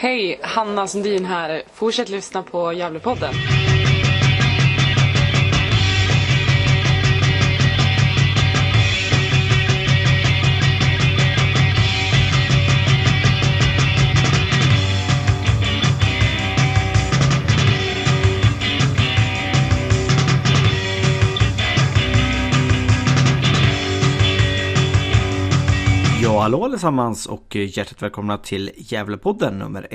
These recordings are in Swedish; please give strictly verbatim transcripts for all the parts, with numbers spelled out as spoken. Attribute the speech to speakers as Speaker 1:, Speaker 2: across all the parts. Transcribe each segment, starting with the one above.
Speaker 1: Hej, Hanna Sundin här. Fortsätt lyssna på Gävlepodden.
Speaker 2: Ja, hallå allesammans och hjärtligt välkomna till Gävlepodden nummer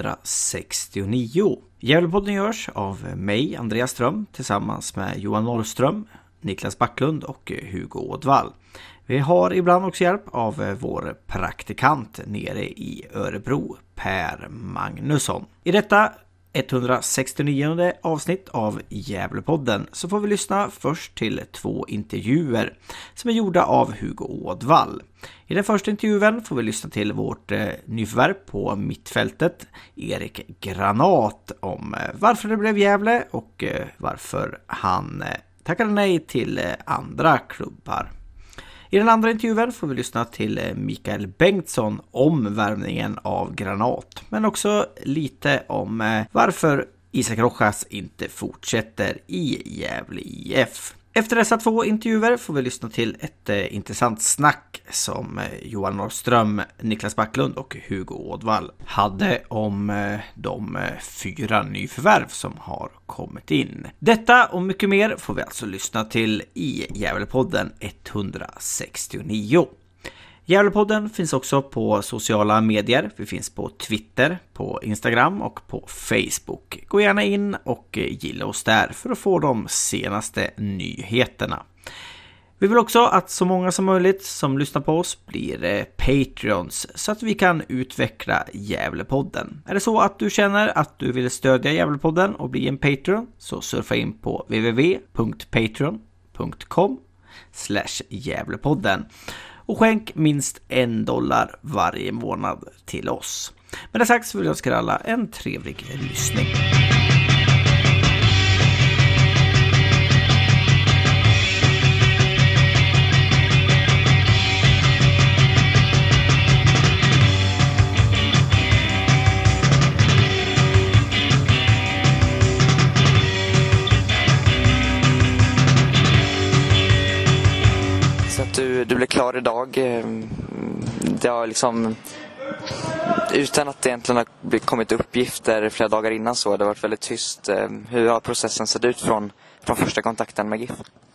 Speaker 2: etthundrasextionio. Gävlepodden görs av mig, Andreas Ström, tillsammans med Johan Norrström, Niklas Backlund och Hugo Ådvall. Vi har ibland också hjälp av vår praktikant nere i Örebro, Per Magnusson. I detta etthundrasextionionde avsnitt av Gävlepodden så får vi lyssna först till två intervjuer som är gjorda av Hugo Ådvall. I den första intervjun får vi lyssna till vårt eh, nyförvärv på mittfältet, Erik Granat, om eh, varför det blev Gävle och eh, varför han eh, tackade nej till eh, andra klubbar. I den andra intervjun får vi lyssna till eh, Mikael Bengtsson om värvningen av Granat, men också lite om eh, varför Isak Rojas inte fortsätter i Gävle I F. Efter dessa två intervjuer får vi lyssna till ett eh, intressant snack som eh, Johan Norrström, Niklas Backlund och Hugo Ådvall hade om eh, de eh, fyra nyförvärv som har kommit in. Detta och mycket mer får vi alltså lyssna till i Gävlepodden etthundrasextionio. Gävlepodden finns också på sociala medier. Vi finns på Twitter, på Instagram och på Facebook. Gå gärna in och gilla oss där för att få de senaste nyheterna. Vi vill också att så många som möjligt som lyssnar på oss blir Patreons så att vi kan utveckla Gävlepodden. Är det så att du känner att du vill stödja Gävlepodden och bli en Patreon, så surfa in på w w w punkt patreon punkt com slash Gävlepodden. Och skänk minst en dollar varje månad till oss. Med det sagt så vill jag önska alla en trevlig lyssning.
Speaker 3: Du, du blev klar idag. Det har liksom, utan att det egentligen har kommit uppgifter flera dagar innan så, det har varit väldigt tyst. Hur har processen sett ut från, från första kontakten med GIF?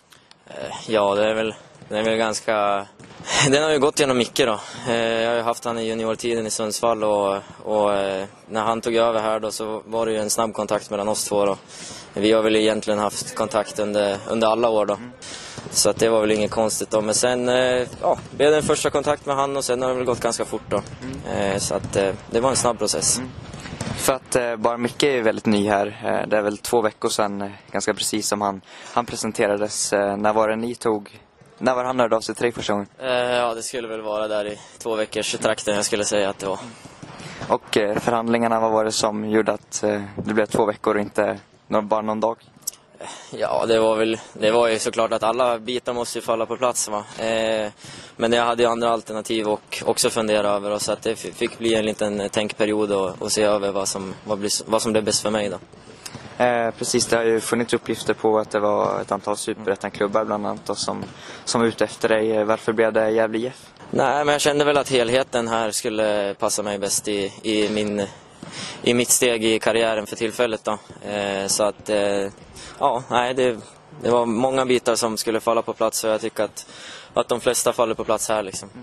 Speaker 4: Ja, det är väl, det är väl ganska... Den har ju gått genom Micke då. Jag har ju haft han i juniortiden i Sundsvall och, och när han tog över här då så var det ju en snabb kontakt mellan oss två då. Vi har väl egentligen haft kontakt under, under alla år då. Så att det var väl inget konstigt då. Men sen ja, blev det en första kontakt med han och sen har det väl gått ganska fort då. Mm. Så att det var en snabb process. Mm.
Speaker 3: För att eh, bara Micke är väldigt ny här. Eh, det är väl två veckor sedan, eh, ganska precis som han, han presenterades. Eh, när var det ni tog... När var han hörde av sig till dig första gången?
Speaker 4: Eh, ja, det skulle väl vara där i två veckors trakten jag skulle säga att det var.
Speaker 3: Och eh, förhandlingarna, vad var det som gjorde att eh, det blev två veckor och inte någon, bara någon dag?
Speaker 4: Ja, det var väl det var ju såklart att alla bitar måste ju falla på plats va. Eh, men jag hade ju andra alternativ och också fundera över och så att det fick bli en liten tänkperiod och, och se över vad som vad, blir, vad som blev bäst för mig då.
Speaker 3: Eh, precis, det har ju funnits uppgifter på att det var ett antal superettan-klubbar bland annat och som som var ute efter dig. Varför blev det Gävle I F?
Speaker 4: Nej, men jag kände väl att helheten här skulle passa mig bäst i i min i mitt steg i karriären för tillfället då. Eh, så att eh, ja, nej, det, det var många bitar som skulle falla på plats och jag tycker att, att de flesta faller på plats här liksom.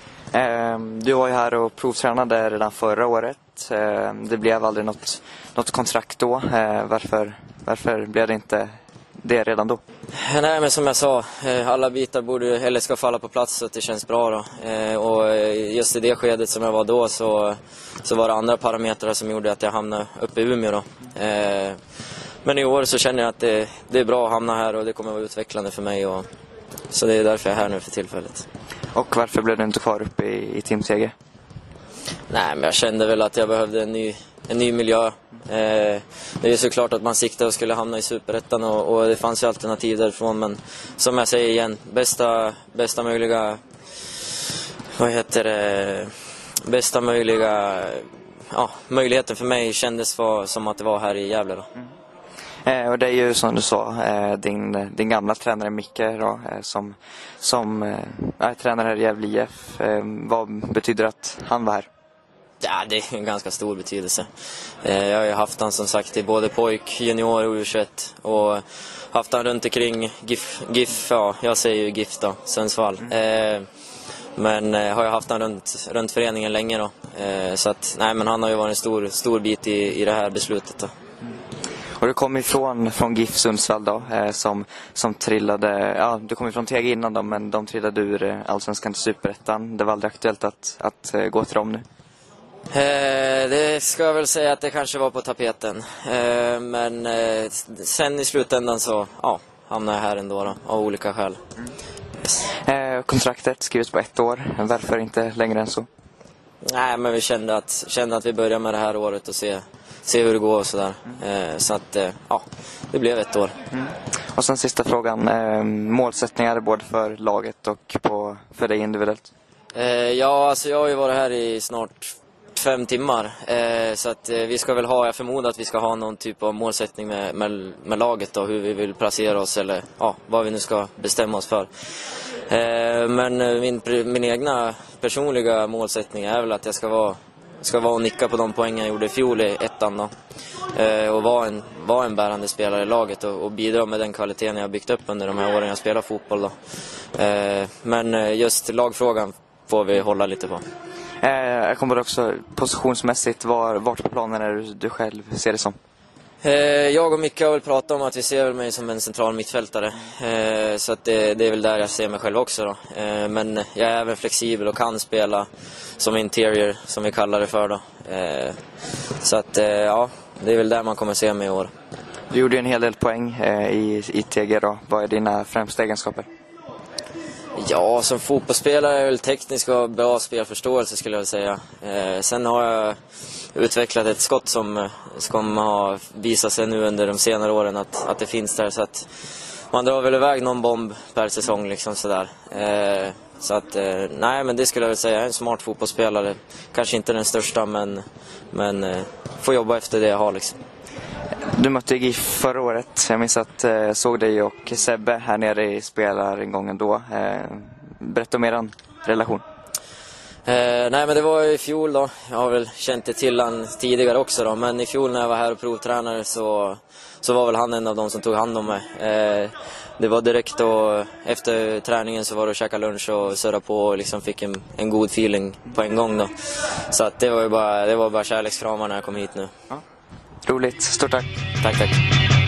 Speaker 3: Eh, du var ju här och provtränade redan förra året. Eh, det blev aldrig något, något kontrakt då. Eh, varför, varför blev det inte det redan då?
Speaker 4: Nej, men som jag sa, alla bitar borde eller ska falla på plats så att det känns bra då. Och just i det skedet som jag var då så, så var det andra parametrar som gjorde att jag hamnade uppe i Umeå då. Men i år så känner jag att det, det är bra att hamna här och det kommer att vara utvecklande för mig. Och, så det är därför jag är här nu för tillfället.
Speaker 3: Och varför blev du inte kvar uppe i, i Team T G?
Speaker 4: Nej, men jag kände väl att jag behövde en ny, en ny miljö. Eh, det är ju såklart att man siktade och skulle hamna i Superettan och, och det fanns ju alternativ därifrån. Men som jag säger igen, bästa, bästa möjliga... Vad heter det? Bästa möjliga ja, möjligheten för mig kändes var, som att det var här i Gävle då.
Speaker 3: Mm. Eh, och det är ju som du sa, eh, din, din gamla tränare Micke då, eh, som, som eh, är tränare här i Gävle I F. Eh, vad betyder att han var här?
Speaker 4: Ja, det är en ganska stor betydelse. Eh, jag har ju haft han som sagt i både pojk, junior och U tjugoett och haft han runt omkring GIF, GIF ja, jag säger ju GIF då, Sundsvall. Eh, men eh, har jag haft han runt, runt föreningen länge då. Eh, så att, nej men han har ju varit en stor, stor bit i, i det här beslutet då.
Speaker 3: Och du kom ifrån från GIF Sundsvall då, eh, som, som trillade, ja du kom ifrån T G innan då, men de trillade ur eh, Allsvenskan till Superettan. Det var aldrig aktuellt att, att eh, gå till dem nu?
Speaker 4: Eh, det ska jag väl säga att det kanske var på tapeten. Eh, men eh, sen i slutändan så ja, hamnade jag här ändå då, av olika skäl.
Speaker 3: Mm. Yes. Eh, kontraktet skrivs på ett år, varför inte längre än så?
Speaker 4: Nej, men vi kände att, kände att vi börjar med det här året och se, se hur det går och sådär. Mm. Eh, så att eh, ja, det blev ett år.
Speaker 3: Mm. Och sen sista frågan, eh, målsättningar både för laget och på, för dig individuellt?
Speaker 4: Eh, ja, alltså jag har ju varit här i snart fem timmar. Eh, så att eh, vi ska väl ha, jag förmodar att vi ska ha någon typ av målsättning med, med, med laget då, hur vi vill placera oss eller ja, vad vi nu ska bestämma oss för. Eh, men min, min egna personliga målsättning är väl att jag ska vara, ska vara och nicka på de poängen jag gjorde i fjol i ettan då. Eh, och vara en, vara en bärande spelare i laget och, och bidra med den kvaliteten jag har byggt upp under de här åren jag spelar fotboll då. Eh, men just lagfrågan får vi hålla lite på.
Speaker 3: Eh, jag kommer också positionsmässigt, var, vart på planen är du, du själv ser det som?
Speaker 4: Eh, jag och Micke har väl pratat om att vi ser mig som en central mittfältare. Eh, så att det, det är väl där jag ser mig själv också då. Eh, men jag är även flexibel och kan spela som interior, som vi kallar det för då. Eh, så att eh, ja, det är väl där man kommer se mig i år.
Speaker 3: Du gjorde en hel del poäng eh, i, i T G då. Vad är dina främsta egenskaper?
Speaker 4: Ja, som fotbollsspelare är jag väl teknisk och bra spelförståelse skulle jag säga. Eh, sen har jag utvecklat ett skott som, som har visat sig nu under de senare åren att, att det finns där. Så att man drar väl iväg någon bomb per säsong liksom sådär. Eh, så att, eh, nej men det skulle jag väl säga. Jag är en smart fotbollsspelare. Kanske inte den största men, men eh, får jobba efter det jag har liksom.
Speaker 3: Du mötte GIF förra året. Jag minns att jag eh, såg dig och Sebbe här nere i spelaringången då. Eh, berätta om er relation.
Speaker 4: Eh, nej men det var i fjol då. Jag har väl känt det till han tidigare också då. Men i fjol när jag var här och provtränare så, så var väl han en av dem som tog hand om mig. Eh, det var direkt då, efter träningen så var det att käka lunch och surra på och liksom fick en, en god feeling på en gång då. Så att det var ju bara, det var bara kärlekskramar när jag kom hit nu.
Speaker 3: Ja. Roligt, stort tack.
Speaker 4: Tack, tack.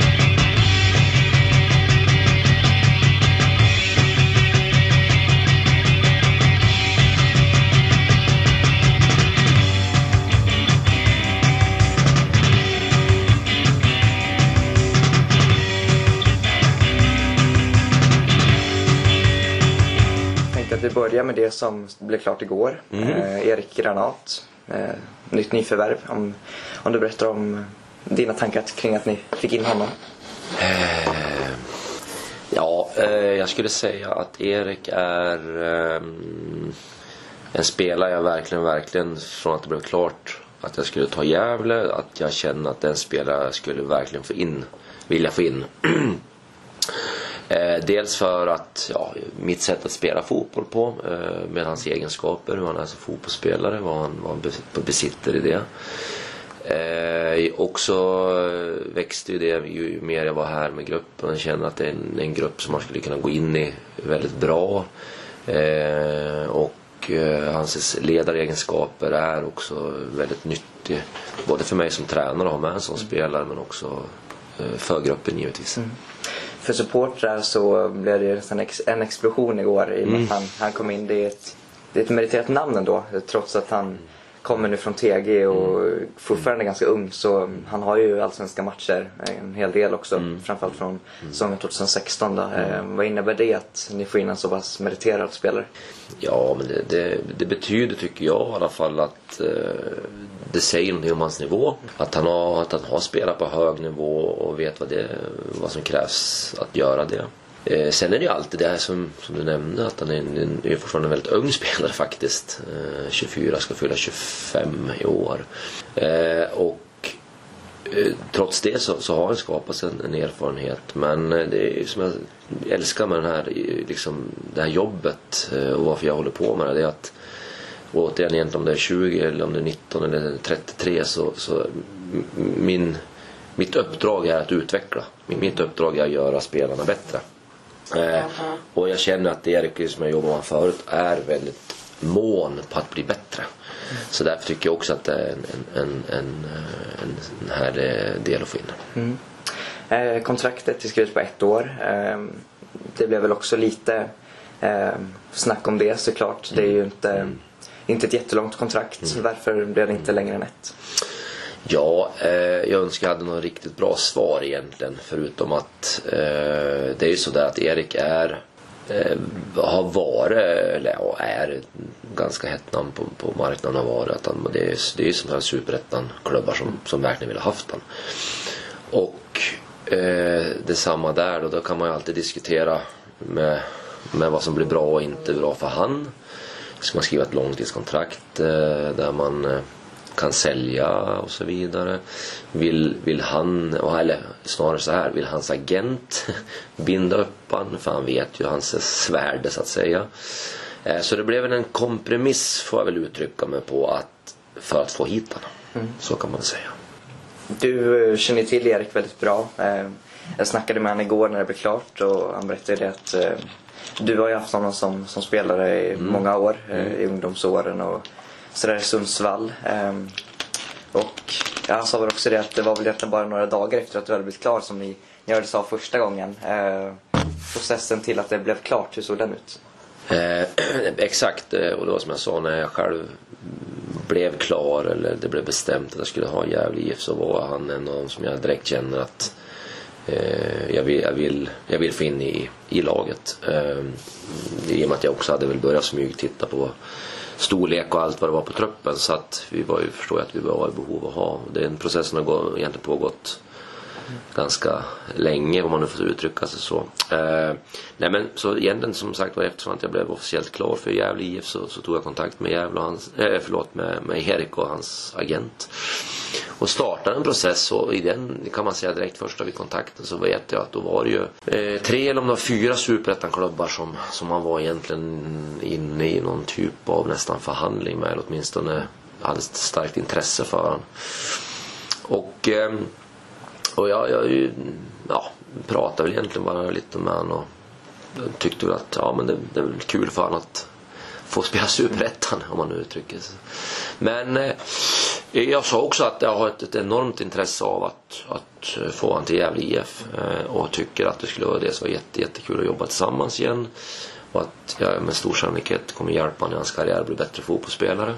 Speaker 3: Jag tänkte att vi börjar med det som blev klart igår. Mm. Eh, Erik Granat, eh, nytt nyförvärv. Om, om du berättar om dina tankar kring att ni fick in honom?
Speaker 5: Eh, ja, eh, jag skulle säga att Erik är eh, en spelare jag verkligen, verkligen från att det blev klart att jag skulle ta Gävle, att jag känner att den spelare jag skulle verkligen få in, vilja få in. eh, dels för att ja, mitt sätt att spela fotboll på, eh, med hans egenskaper, hur han är som fotbollsspelare, vad han, vad han besitter i det. Eh, också växte ju det ju mer jag var här med gruppen. Jag känner att det är en, en grupp som man skulle kunna gå in i väldigt bra. Eh, och eh, hans ledaregenskaper är också väldigt nyttig. Både för mig som tränare att ha med en sån spelare, men också eh, för gruppen givetvis. Mm.
Speaker 3: För supportrar så blev det en, ex- en explosion igår i mm. att han, han kom in. Det är ett, det är ett meriterat namn ändå, trots att han kommer nu från T G och mm. fortfarande ganska ung, så han har ju allsvenska matcher en hel del också, mm. framförallt från säsongen tjugohundrasexton då. Mm. Eh, vad innebär det att ni får in en så pass meriterad spelare?
Speaker 5: Ja, men det, det, det betyder, tycker jag i alla fall, att eh, det säger någonting om hans nivå, att han har, att han har spelat på hög nivå och vet vad, det, vad som krävs att göra det. Eh, sen är det ju alltid det här som, som du nämnde, att han är, en, är fortfarande en väldigt ung spelare faktiskt. Eh, tjugofyra, ska fylla tjugofem i år. Eh, och eh, trots det så, så har han skapat en, en erfarenhet. Men eh, det är som jag älskar med den här, liksom, det här jobbet eh, och varför jag håller på med det, det är att återigen, egentligen om det är tjugo eller om det är nitton eller trettiotre, så, så min, mitt uppdrag är att utveckla. Mitt uppdrag är att göra spelarna bättre. Eh, och jag känner att Erik, som jag jobbar med förut, är väldigt mån på att bli bättre. Mm. Så därför tycker jag också att det är en, en, en, en, en härlig del att få in.
Speaker 3: Mm. Eh, kontraktet är skrivet på ett år. Eh, det blev väl också lite eh, snack om det, såklart. Det är ju inte, mm. inte ett jättelångt kontrakt. Mm. Varför blev det inte längre än ett?
Speaker 5: Ja, eh, jag önskar jag hade något riktigt bra svar egentligen. Förutom att eh, det är ju så där att Erik är eh, har varit, eller ja, är ganska hett namn på, på marknaden har varit. Att han, det är, det är ju sådana här superettan-klubbar som, som verkligen vill ha haft han. Och eh, det är samma där då, då kan man ju alltid diskutera med, med vad som blir bra och inte bra för han. Ska man skriva ett långtidskontrakt eh, där man eh, kan sälja och så vidare. Vill, vill han, eller snarare så här, vill hans agent binda upp han, för han vet ju hans svärde så att säga. Eh, så det blev en kompromiss, får jag väl uttrycka mig på, att för att få hit honom. Mm. Så kan man säga. Du
Speaker 3: känner till Erik väldigt bra. Jag snackade med honom igår när det blev klart och han berättade att du har ju haft honom som, som spelare i mm. många år, mm. i ungdomsåren och sådär i Sundsvall. Och jag sa väl också det att det var väl egentligen bara några dagar efter att du hade blivit klar som ni, ni hörde sa första gången. Processen till att det blev klart, hur såg den ut?
Speaker 5: Eh, exakt, och det var som jag sa, när jag själv blev klar eller det blev bestämt att jag skulle ha Gävle I F, så var han en av dem som jag direkt känner att eh, jag, vill, jag, vill, jag vill få in i, i laget. Eh, I och med att jag också hade väl börjat smyg titta på storlek och allt vad det var på truppen, så att vi var ju, förstår jag att vi var i behov att ha. Den processen har gått, egentligen pågått ganska länge, om man nu får uttrycka sig så. Eh, nej men så egentligen, som sagt, var eftersom att jag blev officiellt klar för Gävle I F, så, så tog jag kontakt med Gävle och hans, eh, förlåt, med, med Erik och hans agent och startade en process. Och i den kan man säga direkt första vid kontakten så vet jag att då var det ju eh, tre eller om det var fyra superettanklubbar som, som man var egentligen inne i någon typ av nästan förhandling med, eller åtminstone hade ett starkt intresse för han. Och eh, Och jag, jag ja, pratade väl egentligen bara lite med han och tyckte väl att ja, men det, det är väl kul för han att få spela superettan, om man nu uttrycker sig. Men eh, jag sa också att jag har ett, ett enormt intresse av att, att få han till Gävle I F eh, och tycker att det skulle vara det som var jätte, jättekul att jobba tillsammans igen och att jag med stor sannolikhet kommer hjälpa han i hans karriär att bli bättre fotbollsspelare.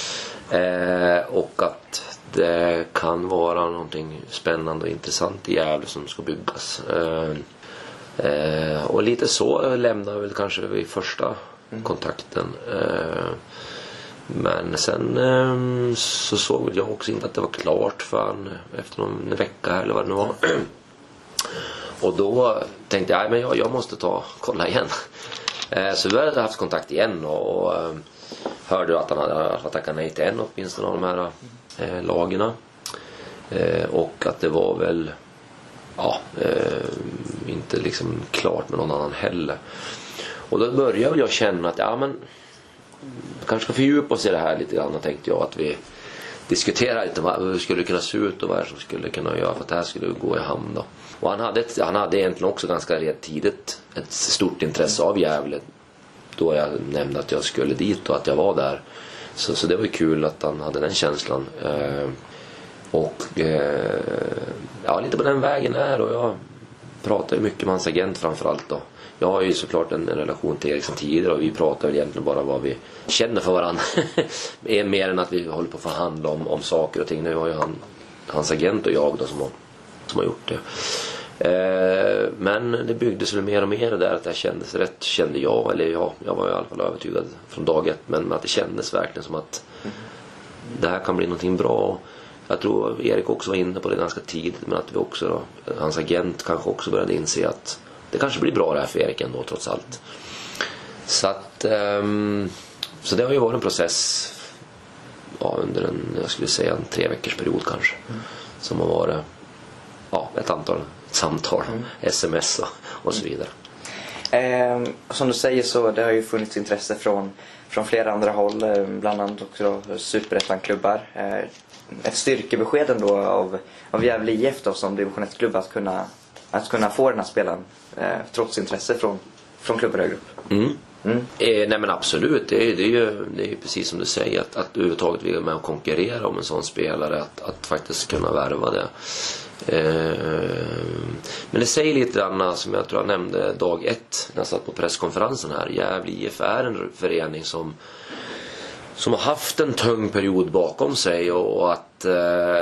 Speaker 5: Eh, och att det kan vara någonting spännande och intressant i Gävle som ska byggas. Eh, eh, och lite så lämnar väl kanske vid första mm. kontakten. Eh, men sen eh, så såg jag också inte att det var klart förrän efter någon vecka eller vad det nu var. Och då tänkte jag, men jag, jag måste ta kolla igen. Eh, så vi hade haft kontakt igen och, och eh, hörde att han hade tackat nej till en åtminstone av de här eh, lagerna. Eh, och att det var väl ja, eh, inte liksom klart med någon annan heller. Och då började jag känna att ja, men kanske ska fördjupa oss i det här lite grann, och tänkte jag att vi diskuterar lite vad, hur det skulle kunna se ut och vad som skulle kunna göra för att det här skulle gå i hamn då. Och han hade, ett, han hade egentligen också ganska rätt tidigt ett stort intresse av Gävle då jag nämnde att jag skulle dit och att jag var där. Så, så det var ju kul att han hade den känslan. Eh, och eh, ja, lite på den vägen är, och jag pratar ju mycket med hans agent framförallt då. Jag har ju såklart en, en relation till Erik sedan tidigare och vi pratar väl egentligen bara vad vi känner för varandra. är mer än att vi håller på att förhandla om, om saker och ting. Nu har ju han, hans agent och jag då som har, som har gjort det. Eh, men det byggdes väl mer och mer där att det kändes rätt, kände jag, eller ja, jag var i alla fall övertygad från dag ett, men att det kändes verkligen som att det här kan bli någonting bra. Jag tror Erik också var inne på det ganska tidigt, men att vi också då, hans agent kanske också började inse att det kanske blir bra det här för Erik ändå trots allt. Så att um, så det har ju varit en process ja, under en, jag skulle säga en tre veckors period kanske, mm. som har varit ja, ett antal samtal, mm. sms och, och så vidare.
Speaker 3: Eh, som du säger så det har ju funnits intresse från, från flera andra håll, eh, bland annat också Superettan-klubbar. Eh, ett styrkebesked ändå av, av Gävle I F då, som division ett-klubb att kunna, att kunna få den här spelaren eh, trots intresse från, från klubbar högre upp.
Speaker 5: Mm. Mm. Eh, nej men absolut, det är, det är ju det är precis som du säger att, att överhuvudtaget vi är med och konkurrera om en sån spelare, att, att faktiskt kunna värva det. Eh, men det säger lite grann som jag tror jag nämnde dag ett när jag satt på presskonferensen här. Gävle I F är en förening som som har haft en tung period bakom sig och att eh,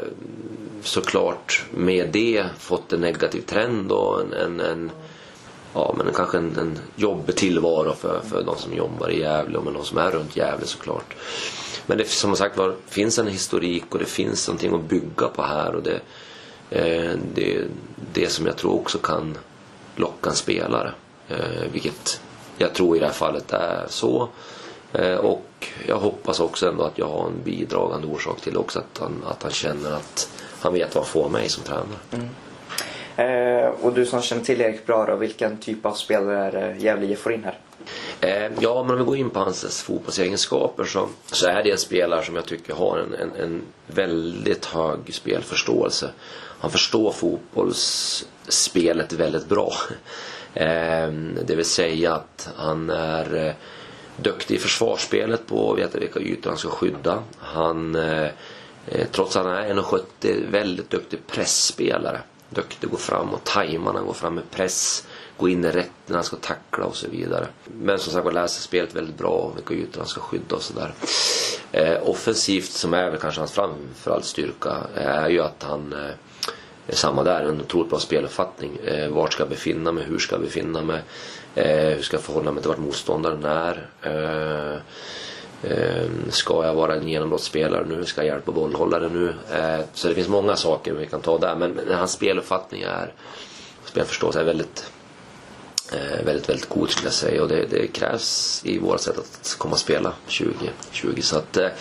Speaker 5: såklart med det fått en negativ trend och en, en, en ja, men kanske en, en jobbig tillvaro för, för de som jobbar i Gävle och de som är runt Gävle såklart. Men det som sagt var finns en historik och det finns någonting att bygga på här och det eh, det, det som jag tror också kan locka en spelare, eh, vilket jag tror i det här fallet är så. Eh, och jag hoppas också ändå att jag har en bidragande orsak till också att han, att han känner att han vet vad han får mig som tränare.
Speaker 3: Mm. Eh, och du som känner till Erik bra då, vilken typ av spelare är det Gävle I F får in här?
Speaker 5: Eh, ja, men om vi går in på hans fotbollsegenskaper så, så är det en spelare som jag tycker har en, en, en väldigt hög spelförståelse. Han förstår fotbollsspelet väldigt bra. Eh, det vill säga att han är eh, duktig i försvarsspelet på att veta vilka ytor han ska skydda. Han, eh, trots att han är en sjuttio, väldigt duktig pressspelare. Duktig, gå fram och tajma när han går fram med press, gå in i rätt när han ska tackla och så vidare. Men som sagt var läser spelet väldigt bra och vilka ytor han ska skydda och sådär. Eh, offensivt, som är väl kanske hans framförallt styrka, är ju att han eh, är samma där, en otroligt bra speluppfattning. Eh, vart ska jag befinna mig, hur ska jag befinna mig, eh, hur ska jag förhålla mig till vart motståndaren är. Eh, eh, ska jag vara en genombrottsspelare nu, ska jag hjälpa bollhållare nu. Eh, så det finns många saker vi kan ta där, men, men hans speluppfattning är, spelförståelse är väldigt Eh, väldigt, väldigt god skulle jag säga, och det, det krävs i våra sätt att komma och spela tjugo tjugo, så att eh,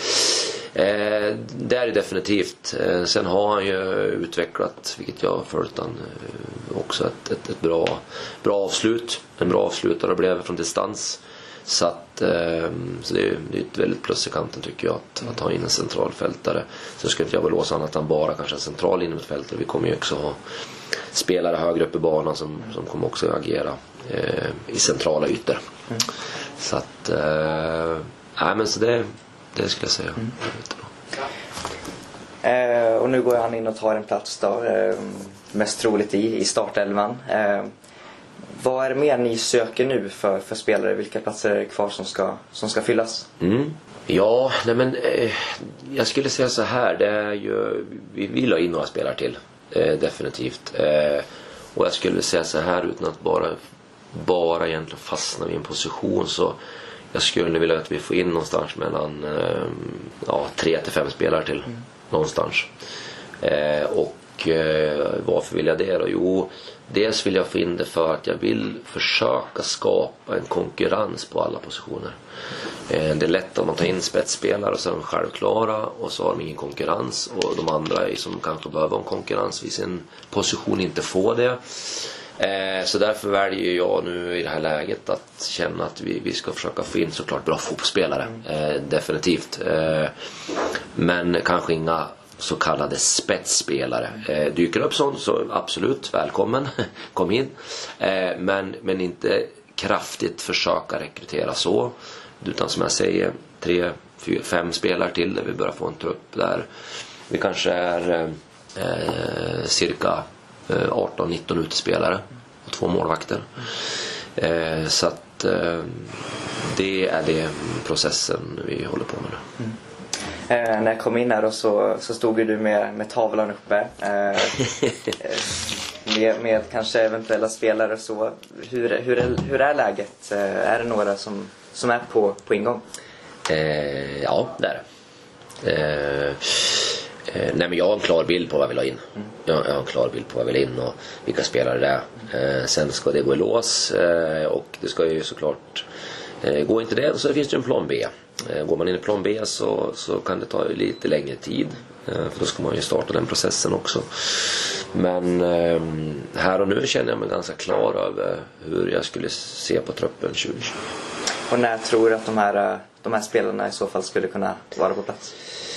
Speaker 5: det är det definitivt. Eh, sen har han ju utvecklat, vilket jag har följt han, eh, också ett, ett, ett bra, bra avslut, en bra avslutare blev från distans, så att eh, så det, är, det är ett väldigt plus i kanten tycker jag att, att ha in en centralfältare. Så ska inte jag väl låsa han att han bara kanske en central innermittfältare. Vi kommer ju också ha spelare högre upp i banan som, som kommer också agera eh, i centrala ytor. Mm. Så att eh, nej, men så det, det skulle jag säga. Mm.
Speaker 3: Eh, och nu går han in och tar en plats då, eh, mest troligt i, i startelvan. Eh, vad är det mer ni söker nu för, för spelare? Vilka platser är det kvar som ska, som ska fyllas?
Speaker 5: Mm. Ja, nej men eh, jag skulle säga så här, det är ju, vi vill ha in några spelare till. Eh, definitivt. Eh, och jag skulle säga så här utan att bara bara egentligen fastna vid en position, så jag skulle vilja att vi får in någonstans mellan eh, ja, tre till fem spelare till mm. någonstans. Eh, och eh, varför vill jag det då? Jo, dels vill jag få in det för att jag vill försöka skapa en konkurrens på alla positioner. Eh, det är lätt om man tar in spetsspelare och så är de självklara och så har de ingen konkurrens, och de andra som kanske behöver en konkurrens vid sin position inte får det. Eh, så därför väljer jag nu i det här läget att känna att vi, vi ska försöka få in såklart bra fotbollsspelare, eh, definitivt. Eh, men kanske inga så kallade spetsspelare. Eh, dyker upp sånt så absolut, välkommen, kom in. Eh, men, men inte kraftigt försöka rekrytera så, utan som jag säger, tre, fyra, fem spelare till där vi börjar få en trupp där vi kanske är eh, cirka arton nitton utespelare och två målvakter. Eh, så att eh, det är det processen vi håller på med nu.
Speaker 3: Mm. Eh, när jag kom in här då så, så stod ju du med, med tavlan uppe eh, med, med kanske eventuella spelare. Så hur, hur, är, hur är läget? Eh, är det några som, som är på, på ingång?
Speaker 5: Eh, ja, det är det. Eh, Eh, nej men jag har en klar bild på vad jag vill ha in. Mm. Jag, jag har en klar bild på vad jag vill in och vilka spelare det är. Eh, sen ska det gå i lås eh, och det ska ju såklart eh, gå inte det så finns det en plan B. Eh, går man in i plan B så, så kan det ta lite längre tid. Eh, för då ska man ju starta den processen också. Men eh, här och nu känner jag mig ganska klar över hur jag skulle se på truppen tjugo tjugo.
Speaker 3: Och när tror du att de här, de här spelarna i så fall skulle kunna vara på plats?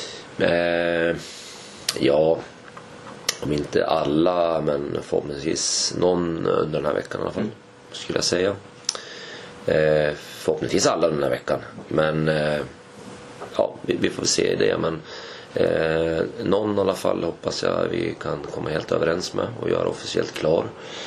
Speaker 5: Eh, ja, om inte alla, men förhoppningsvis någon under den här veckan i alla fall, mm. skulle jag säga. Eh, förhoppningsvis alla den här veckan. Men eh, ja, vi, vi får se det. Men eh, någon i alla fall hoppas jag vi kan komma helt överens med och göra officiellt klar.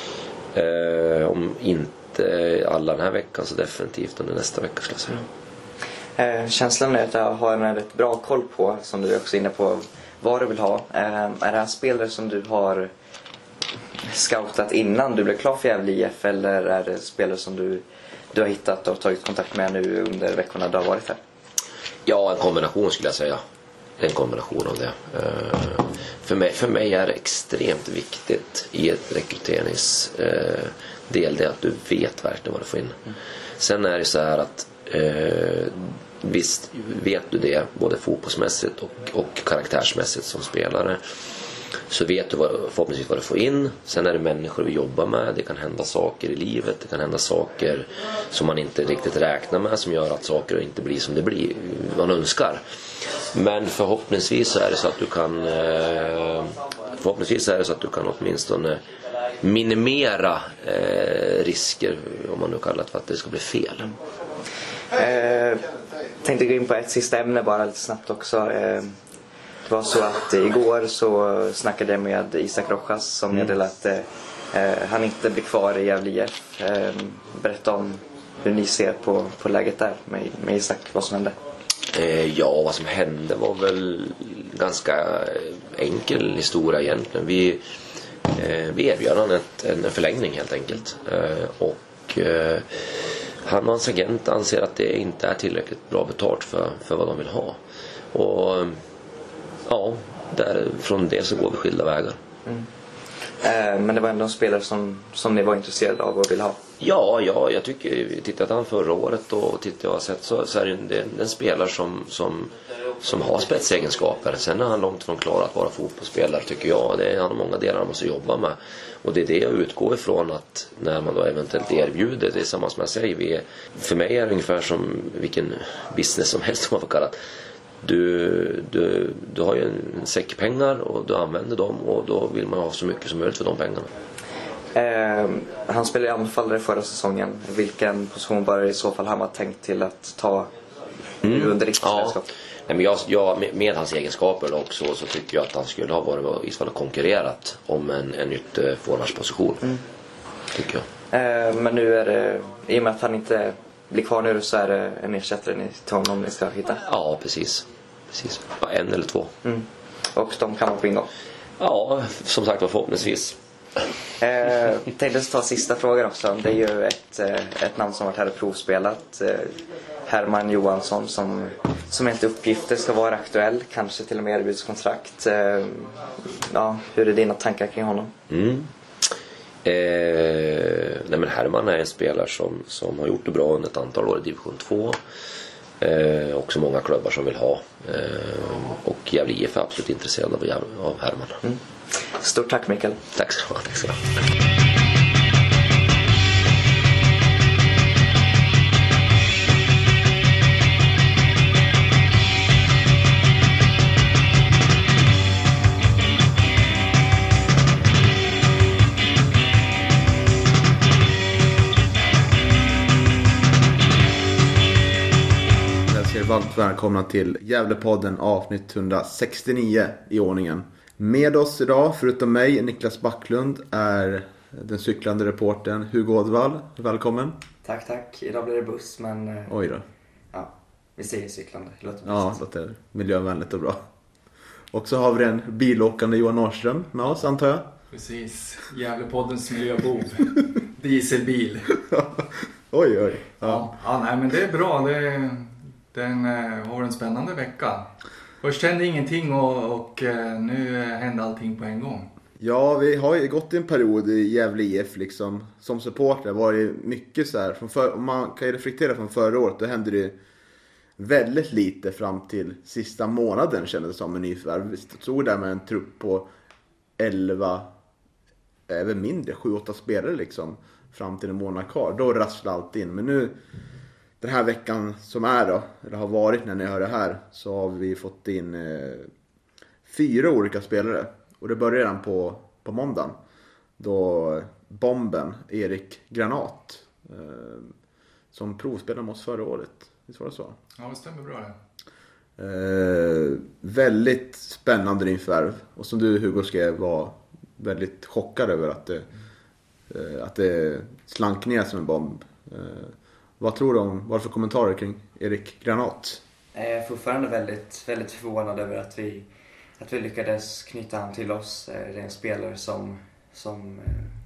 Speaker 5: Eh, om inte alla den här veckan så definitivt under nästa vecka skulle jag säga. Mm.
Speaker 3: Eh, känslan är att jag har en rätt bra koll på, som du är också inne på, vad du vill ha. Eh, är det här spelare som du har scoutat innan du blev klar för Gävle I F, eller är det spelare som du, du har hittat och tagit kontakt med nu under veckorna du har varit här?
Speaker 5: Ja, en kombination skulle jag säga. En kombination av det. Eh, för, mig, för mig är det extremt viktigt i ett rekryteringsdel eh, det att du vet verkligen vad du får in. Mm. Sen är det så här att Eh, visst vet du det både fotbollsmässigt och, och karaktärsmässigt som spelare, så vet du vad, förhoppningsvis vad du får in. Sen är det människor vi jobbar med. Det kan hända saker i livet. Det kan hända saker som man inte riktigt räknar med, som gör att saker inte blir som det blir man önskar. Men förhoppningsvis så är det så att du kan eh, förhoppningsvis är det så att du kan åtminstone minimera eh, risker, om man nu kallar det, för att det ska bli fel.
Speaker 3: Eh, tänkte gå in på ett sista ämne bara lite snabbt också. Eh, det var så att eh, igår så snackade jag med Isak Rojas som meddelade att eh, han inte blir kvar i Gävle I F. Eh, berätta om hur ni ser på, på läget där med, med Isak, vad som hände.
Speaker 5: Eh, ja, vad som hände var väl ganska enkel historia egentligen. Vi, eh, vi erbjöd han ett, en förlängning helt enkelt. Eh, och eh, han och hans agent anser att det inte är tillräckligt bra betalt för, för vad de vill ha. Och ja, där, från det så går vi skilda vägar.
Speaker 3: Mm. Eh, men det var ändå en spelare som, som ni var intresserade av och vill ha?
Speaker 5: Ja, ja, jag tycker, tittat han förra året och tittat jag har sett så, så är det, det en spelare som, som, som har spetsegenskaper. Sen är han långt från klar att vara fotbollsspelare, tycker jag. Det är han många delar han måste jobba med. Och det är det jag utgår ifrån, att när man då eventuellt erbjuder, det är samma som jag säger, vi är, för mig är det ungefär som vilken business som helst som man får kalla det. Du, du, du har ju en säck pengar och du använder dem, och då vill man ha så mycket som möjligt för de pengarna.
Speaker 3: Eh, han spelade i anfallare förra säsongen. Vilken position var det i så fall han var tänkt till att ta mm. under ditt
Speaker 5: ja. Nej, men jag, jag, med, med hans egenskaper också, så tycker jag att han skulle ha varit i fall konkurrerat om en, en nytt uh, forwardsposition. Mm. Tycker jag.
Speaker 3: Eh, men nu är det, i och med att han inte blir kvar nu, så är det en ersättare ni, till honom ni ska hitta?
Speaker 5: Ja, precis. precis. En eller två.
Speaker 3: Mm. Och de kan vara på ingång?
Speaker 5: Ja, som sagt var, förhoppningsvis.
Speaker 3: Eh, tänkte ta sista frågan också. Det är ju ett, ett namn som varit här och provspelat, eh, Herman Johansson, som, som enligt uppgifter ska vara aktuell, kanske till och med erbjudskontrakt. Eh, ja, hur är dina tankar kring honom?
Speaker 5: Mm. Eh, nej men Herman är en spelare som, som har gjort det bra under ett antal år i division två. Eh, också många klubbar som vill ha. Eh, och Gävle I F är absolut intresserad av, av Herman.
Speaker 3: Mm. Stort tack, Mikael.
Speaker 5: Tack så mycket. Tack så mycket.
Speaker 6: Varmt välkomna till Gävlepodden avsnitt etthundrasextionio i ordningen. Med oss idag, förutom mig, Niklas Backlund, är den cyklande reportern Hugo Ådvall. Välkommen.
Speaker 3: Tack, tack. Idag blir det buss, men...
Speaker 6: Oj då.
Speaker 3: Ja, vi säger cyklande. Det låter
Speaker 6: ja, det låter miljövänligt och bra. Och så har vi den bilåkande Johan Norrström med oss, antar jag.
Speaker 7: Precis. Gävlepoddens miljöbov. Dieselbil.
Speaker 6: Oj, oj.
Speaker 7: Ja. Ja, ja, nej, men det är bra. Det är... Den eh, har en spännande vecka. Först hände ingenting och, och nu hände allting på en gång.
Speaker 6: Ja, vi har ju gått en period i Gävle I F liksom. Som supporter var det mycket så här. Från för, om man kan ju reflektera från förra året, då hände det väldigt lite fram till sista månaden kändes det som en nyförvärv. Vi stod där med en trupp på elva, även mindre, sju åtta spelare liksom. Fram till en månad kvar. Då rasslade allt in. Men nu, den här veckan som är då, eller har varit när ni hör det här, så har vi fått in eh, fyra olika spelare. Och det började redan på, på måndagen. Då bomben, Erik Granat, eh, som provspelade med oss förra året. Visst var det så?
Speaker 7: Ja, det stämmer bra det.
Speaker 6: Eh, väldigt spännande nyförvärv. Och som du, Hugo, skrev, var väldigt chockad över att det, eh, att det slank ner som en bomb. Eh, vad tror du om, vad för kommentarer kring Erik Granat?
Speaker 8: Jag är fortfarande väldigt, väldigt förvånad över att vi, att vi lyckades knyta han till oss. Det är en spelare som, som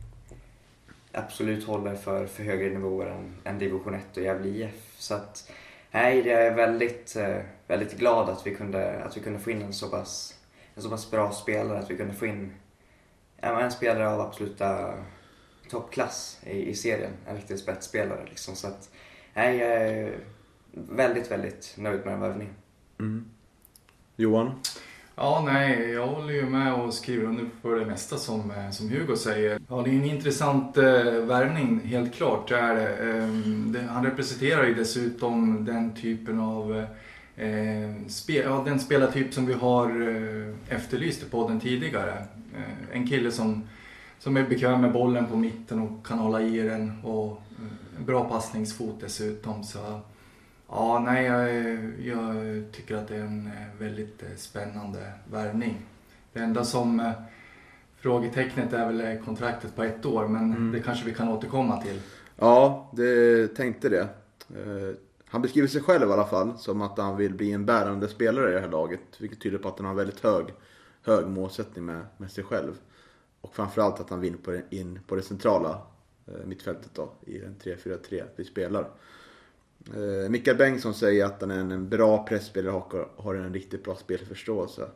Speaker 8: absolut håller för, för högre nivåer än, än division ett och Gävle I F. Så att, nej, jag är väldigt, väldigt glad att vi kunde, att vi kunde få in en så pass, en så pass bra spelare. Att vi kunde få in en spelare av absoluta toppklass i, i serien. En riktig spetsspelare liksom. Så att, nej, jag är väldigt, väldigt nöjd med den värvningen.
Speaker 6: Mm. Johan?
Speaker 7: Ja, nej, jag håller ju med och skriver under för det mesta som, som Hugo säger. Ja, det är en intressant eh, värvning, helt klart. Det är, eh, det, han representerar ju dessutom den typen av eh, spel, ja, den spelartyp som vi har eh, efterlyst i podden tidigare. Eh, en kille som, som är bekväm med bollen på mitten och kan hålla i den, och eh, bra passningsfot dessutom. Så ja, nej, jag, jag tycker att det är en väldigt spännande värvning. Det enda som eh, frågetecknet är väl kontraktet på ett år, men mm. det kanske vi kan återkomma till.
Speaker 6: Ja, det tänkte det. Eh, han beskriver sig själv i alla fall som att han vill bli en bärande spelare i det här laget, vilket tyder på att han har en väldigt hög, hög målsättning med, med sig själv. Och framförallt att han vill på det, in på det centrala eh, mittfältet då, i den tre fyra tre vi spelar. Eh, Mikael Bengtsson säger att han är en bra pressspelare och har en riktigt bra spelförståelse.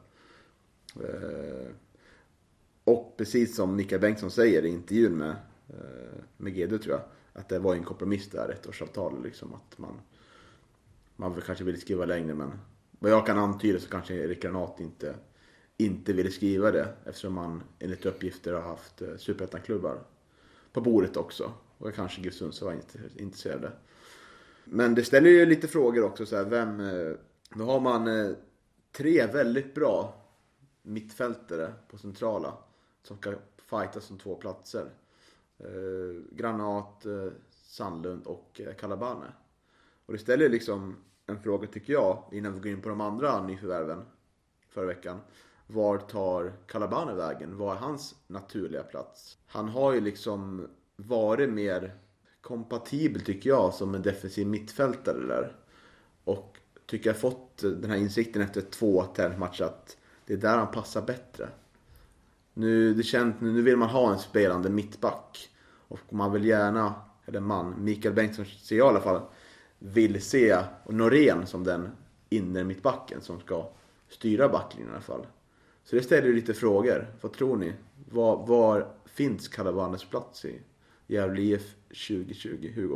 Speaker 6: Eh, och precis som Mikael Bengtsson säger i intervjun med, eh, med G D, tror jag, att det var en kompromiss där, ett årsavtal liksom, att man, man väl kanske ville skriva längre, men vad jag kan antyda så kanske Erik Granat inte, inte ville skriva det, eftersom man enligt uppgifter har haft eh, superettan-klubbar på bordet också, och kanske G Sundsvall var inte intresserade. Men det ställer ju lite frågor också så här, vem, då har man tre väldigt bra mittfältare på centrala som ska fightas som två platser. Eh, Granat, eh, Sandlund och eh, Calabane. Och det ställer liksom en fråga, tycker jag, innan vi går in på de andra nyförvärven förra veckan. Var tar Calabane vägen? Var är hans naturliga plats? Han har ju liksom varit mer kompatibel, tycker jag, som en defensiv mittfältare där. Och tycker jag fått den här insikten efter två tävlingsmatcher att det är där han passar bättre. Nu, det känns, nu vill man ha en spelande mittback. Och man vill gärna, eller man, Mikael Bengtsson ser jag i alla fall, vill se och Norén som den inner mittbacken som ska styra backlinjen i alla fall. Så det ställer ju lite frågor. Vad tror ni? Var, var finns Calabanes plats i Gävle I F tjugo tjugo, Hugo?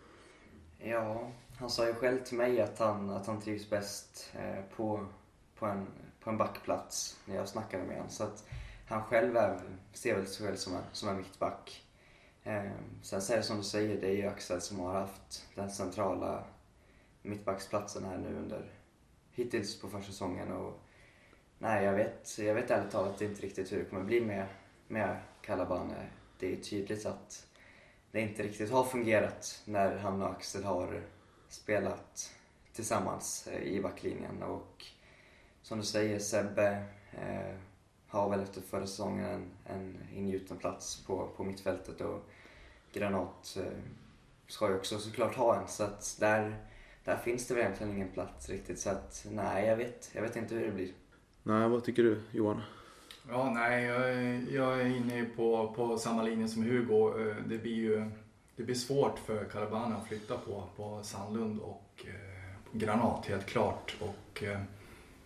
Speaker 8: Ja, han sa ju själv till mig att han, att han trivs bäst eh, på, på, en, på en backplats när jag snackade med honom. Så att han själv är, ser väl sig själv som en, som en mittback. Eh, sen så är det som du säger, det är ju Axel som har haft den centrala mittbacksplatsen här nu under hittills på försäsongen. Och nej, jag vet, jag vet ärligt talat inte riktigt hur det kommer bli med, med Calabane. Det är tydligt att det inte riktigt har fungerat när han och Axel har spelat tillsammans i backlinjen. Och som du säger, Sebbe eh, har väl efter förra säsongen en, en ingjuten plats på, på mittfältet, och Granat eh, ska ju också såklart ha en. Så att där, där finns det väl egentligen ingen plats riktigt. Så att nej, jag vet, jag vet inte hur det blir.
Speaker 6: Nej, vad tycker du, Johan?
Speaker 7: Ja, nej, jag är, jag är inne på, på samma linje som Hugo. Det blir ju det blir svårt för Calabane att flytta på, på Sandlund och eh, Granat, helt klart. Och eh,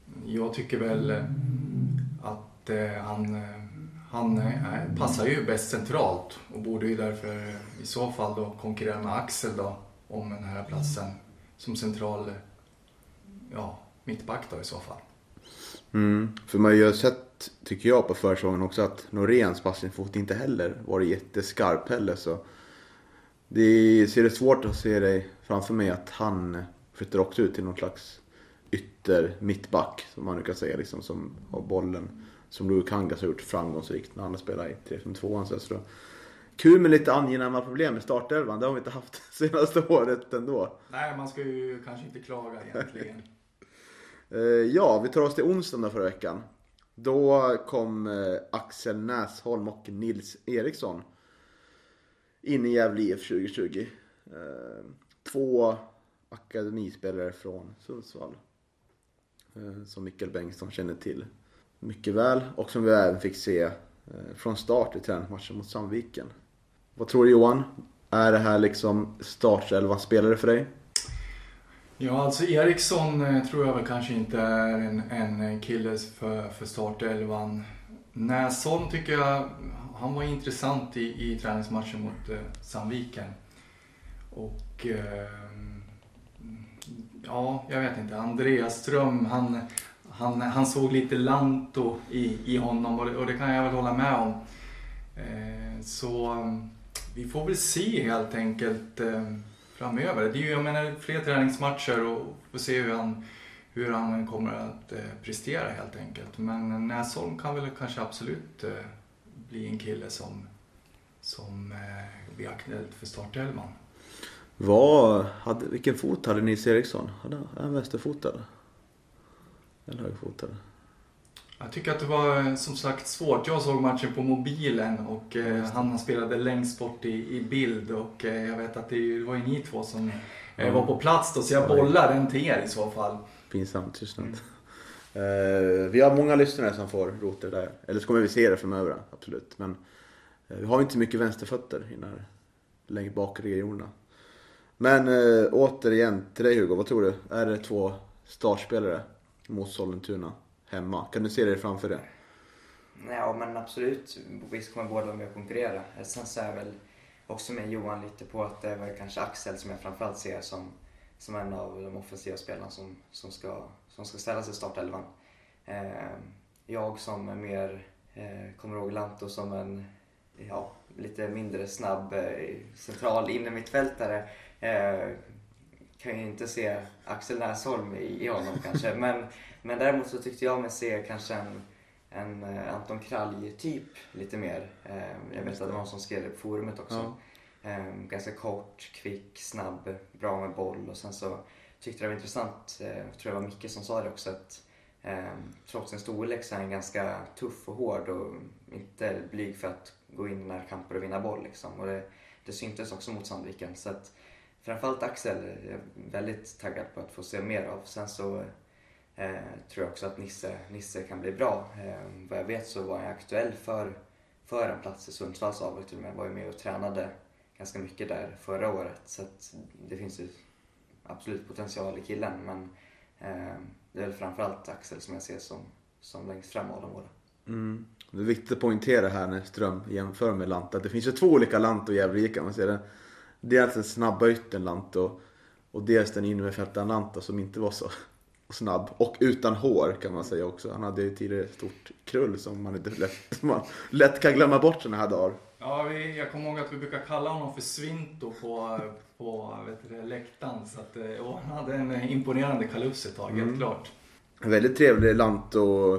Speaker 7: Jag tycker väl att eh, han, han eh, passar ju bäst centralt och borde ju därför i så fall då konkurrera med Axel då om den här platsen som central, ja, mittback då i så fall.
Speaker 6: Mm, för man har ju sett, tycker jag, på försäsongen också att Noréns passningsfot inte heller var jätteskarp heller, så det ser det svårt att se det framför mig att han flyttar också ut till någon slags ytter mittback som man nu kan säga, liksom, som har bollen, som Louis Kangas har gjort framgångsrikt när han spelar i tre fem två. Så så kul med lite angenäma problem med startelvan, det har vi inte haft senaste året ändå.
Speaker 7: Nej, man ska ju kanske inte klaga egentligen.
Speaker 6: Ja, vi tar oss till onsdagen förra veckan. Då kom Axel Näsholm och Nils Eriksson in i Gävle I F tjugo tjugo. Två akademispelare från Sundsvall som Mikael Bengtsson känner till mycket väl och som vi även fick se från start i träningsmatchen mot Sandviken. Vad tror du, Johan? Är det här liksom startelva spelare för dig?
Speaker 7: Ja, alltså Eriksson tror jag väl kanske inte är en, en kille för, för startelvan. Näsholm tycker jag, han var intressant i, i träningsmatchen mot eh, Sandviken. Och eh, ja, jag vet inte, Andreas Ström, han, han, han såg lite lanto i, i honom och det, och det kan jag väl hålla med om. Eh, så vi får väl se helt enkelt eh, framöver. Det är ju, jag menar, fler träningsmatcher och får se hur han, hur han kommer att eh, prestera helt enkelt. Men Näsholm kan väl kanske absolut eh, bli en kille som, som eh, blir aktuellt för startelvan.
Speaker 6: Vad hade, vilken fot hade Nils Eriksson? Hade han vänsterfotad? Eller högerfotad?
Speaker 7: Jag tycker att det var som sagt svårt. Jag såg matchen på mobilen och eh, han spelade längst bort i, i bild och eh, jag vet att det var ju ni två som eh, var på plats då, så jag bollar den till er i så fall.
Speaker 6: Pinsamt, tystnad. Mm. Uh, vi har många lyssnare som får roter där. Eller så kommer vi se det framöver, absolut. Men uh, vi har inte mycket vänsterfötter i den här längst bak i regionerna. Men uh, återigen till dig, Hugo, vad tror du? Är det två startspelare mot Sollentuna hemma? Kan du se det framför dig?
Speaker 8: Ja, men absolut. Visst kommer båda med att konkurrera. Sen så är jag väl också med Johan lite på att det är väl kanske Axel som jag framförallt ser som, som en av de offensiva spelarna som, som, ska, som ska ställa sig i startelvan. Eh, jag som är mer, eh, kommer ihåg Lanto som en ja, lite mindre snabb eh, central innermittfältare. Eh, kan ju inte se Axel Näsholm i, i honom kanske. Men, men däremot så tyckte jag mig se kanske en, en uh, Anton Kralj-typ lite mer. Uh, jag vet att det var någon som skrev det på forumet också. Ja. Um, ganska kort, kvick, snabb, bra med boll. Och sen så tyckte jag det var intressant, uh, jag tror det var Micke som sa det också, att um, trots sin storlek så är han ganska tuff och hård och inte blyg för att gå in i när kamper och vinna boll liksom. Och det, det syntes också mot Sandviken. Så att framförallt Axel är jag väldigt taggad på att få se mer av. Sen så eh, tror jag också att Nisse, Nisse kan bli bra. Eh, vad jag vet så var jag aktuell för, för en plats i Sundsvalls A V. Jag var ju med och tränade ganska mycket där förra året. Så att det finns ju absolut potential i killen. Men eh, det är väl framförallt Axel som jag ser som, som längst fram av dem båda.
Speaker 6: Mm. Det är viktigt att poängtera här när Ström jämför med Lanto. Det finns ju två olika Lanto i Gävle, kan man säga det. Dels den snabba ytten Lanto och dels den innerfältaren Lanto som inte var så snabb och utan hår kan man säga också. Han hade ju tidigare ett stort krull som man inte lätt, man lätt kan glömma bort såna här dagar.
Speaker 7: Ja, vi, jag kommer ihåg att vi brukar kalla honom för Svinto på, på vet du, läktaren. Så att, och han hade en imponerande kalufs ett tag, mm. helt klart.
Speaker 6: En väldigt trevlig Lanto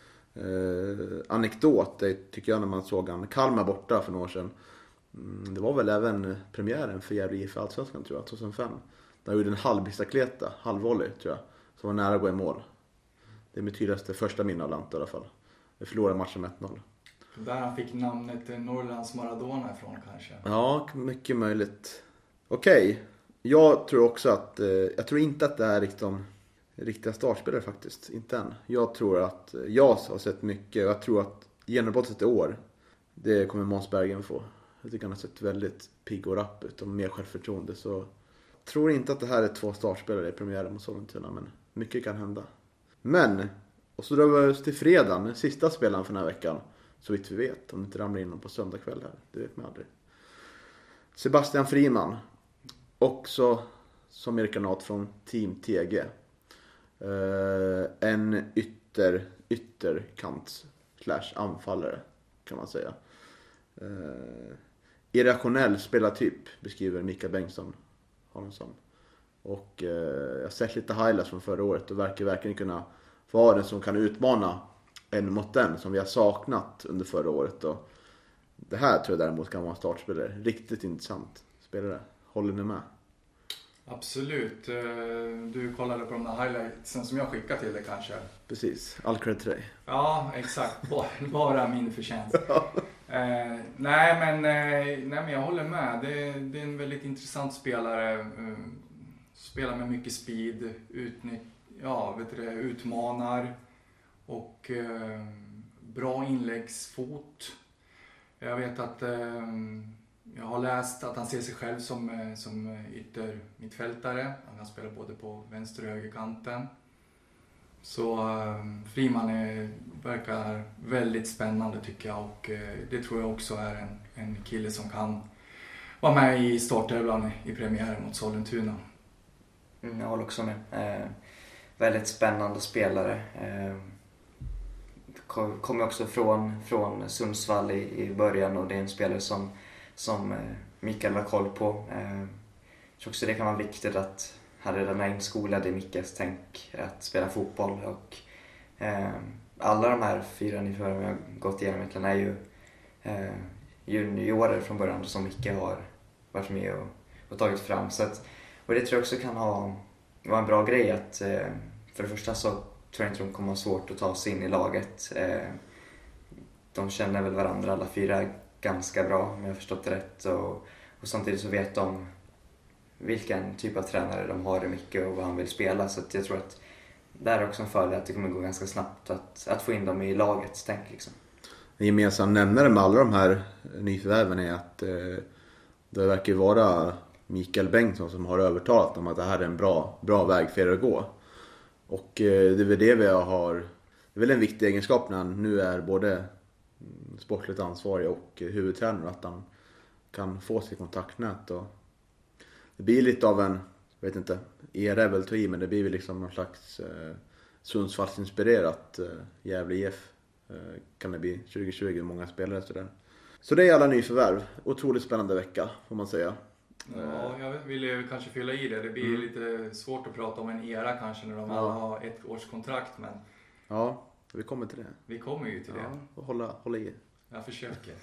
Speaker 6: eh, anekdot, det tycker jag, när man såg han Kalmar borta för några år sedan. Mm, det var väl även premiären för Gävle I F Allsvenskan tror jag, tjugohundrafem. Där gjorde en halvbistakleta, halvvolley tror jag, som var nära att gå i mål. Det är mitt tydligaste första minne av Lanto i alla fall. Vi förlorade matchen med ett noll.
Speaker 7: Där han fick namnet Norrlands Maradona ifrån kanske.
Speaker 6: Ja, mycket möjligt. Okej, okay. Jag tror också att, eh, jag tror inte att det är liksom riktiga startspelare faktiskt, inte än. Jag tror att, jag har sett mycket, jag tror att genombrottet i år, det kommer Måns Bergen få. Jag tycker han har sett väldigt pigg och rapp ut och mer självförtroende. Så jag tror inte att det här är två startspelare i premiären mot Sollentuna, men mycket kan hända. Men, och så drar vi oss till fredagen, den sista spelaren för den här veckan. Så vitt vi vet, om det inte ramlar in någon på söndag kväll här. Det vet man aldrig. Sebastian Friman. Också som amerikanat från Team T G. Uh, en ytter, ytterkant slash anfallare kan man säga. Uh, irrationell spelartyp beskriver Mikael Bengtsson honom som. Och uh, jag har sett lite highlights från förra året och verkar verkligen kunna vara den som kan utmana en mot den som vi har saknat under förra året. Och det här tror jag däremot kan vara en startspelare. Riktigt intressant spelare. Håller ni med?
Speaker 7: Absolut. Du kollade på de där highlightsen som jag skickade till dig kanske.
Speaker 6: Precis. All cred till dig.
Speaker 7: Ja, exakt. Bara min förtjänst. eh, nej, men, eh, nej, men jag håller med. Det, det är en väldigt intressant spelare. Eh, spelar med mycket speed. Utnytt, ja, vet du det, utmanar. Och eh, bra inläggsfot. Jag vet att eh, jag har läst att han ser sig själv som, som ytter mittfältare. Han kan spela både på vänster och högerkanten. Så eh, Friman är, verkar väldigt spännande tycker jag. Och eh, det tror jag också är en, en kille som kan vara med i startelvan i premiären mot Sollentuna.
Speaker 8: Mm, jag håller också med. Eh, väldigt spännande spelare. Eh, Kommer också från, från Sundsvall i, i början och det är en spelare som, som Mikael har koll på. Jag tror också det kan vara viktigt att han redan är inskolad i Mikkels tänk att spela fotboll. Och, eh, alla de här fyra nyförvärven vi har gått igenom egentligen är ju eh, juniorer från början som Micke har varit med och, och tagit fram. Så att, och det tror jag också kan ha, vara en bra grej att eh, för det första så tror jag inte de kommer ha svårt att ta sig in i laget. De känner väl varandra alla fyra ganska bra om jag har förstått det rätt. Och, och samtidigt så vet de vilken typ av tränare de har i mycket och vad han vill spela. Så att jag tror att det är också en fördel att det kommer gå ganska snabbt att, att få in dem i laget. Tänk liksom.
Speaker 6: En gemensam nämnare med alla de här nyförvärven är att eh, det verkar vara Mikael Bengtsson som har övertalat dem att det här är en bra, bra väg för er att gå. Och eh, det är väl det vi har, det är väl en viktig egenskap när han nu är både sportligt ansvarig och huvudtränare att han kan få sig kontaktnät. Och det blir lite av en, jag vet inte, era är väl ta i, men det blir väl liksom någon slags eh, Sundsvallsinspirerat eh, Gävle I F eh, kan det bli tjugo tjugo, många spelare sådär. Så det är alla nyförvärv. Otroligt spännande vecka får man säga.
Speaker 7: Ja, jag vill ju kanske fylla i det. Det blir mm. lite svårt att prata om en era kanske när de ja. har ett års kontrakt, men
Speaker 6: ja, vi kommer till det.
Speaker 7: Vi kommer ju till
Speaker 6: ja,
Speaker 7: det.
Speaker 6: Och hålla, hålla i.
Speaker 7: Jag försöker.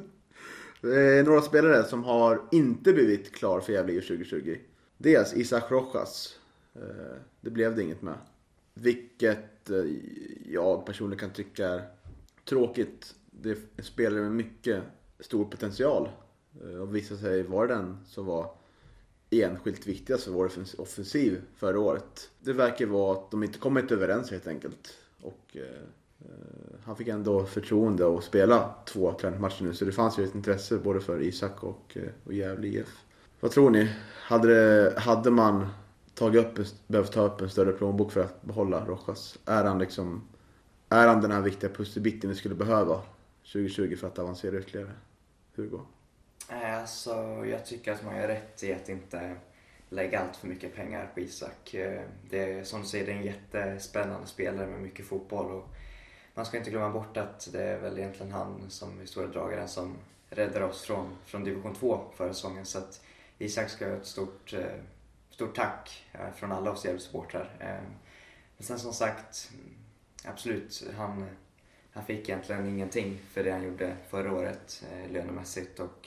Speaker 6: Det är några spelare som har inte blivit klar för Gävle tjugo tjugo. Dels Isak Rojas. Det blev det inget med. Vilket jag personligen kan tycka är tråkigt. Det är en spelare med mycket stor potential. Och visade sig vara den som var enskilt viktigast för vår offensiv förra året. Det verkar vara att de inte kommit överens helt enkelt. Och eh, han fick ändå förtroende att spela två träningsmatcher nu. Så det fanns ju ett intresse både för Isak och, och Gävle I F. Vad tror ni? Hade, det, hade man tagit upp, behövt ta upp en större plånbok för att behålla Rojas? Är han liksom, är han den här viktiga pusselbiten vi skulle behöva tjugo tjugo för att avancera ytterligare? Hugo?
Speaker 8: Alltså, jag tycker att man gör rätt i att inte lägga allt för mycket pengar på Isak. Det är, som du säger, det är en jättespännande spelare med mycket fotboll. Och man ska inte glömma bort att det är väl egentligen han som i stora drag är den som räddar oss från, från division två förra säsongen. Så att Isak ska ha ett stort, stort tack från alla oss Gävle-supportrar. Men sen som sagt, absolut, han, han fick egentligen ingenting för det han gjorde förra året lönemässigt. Och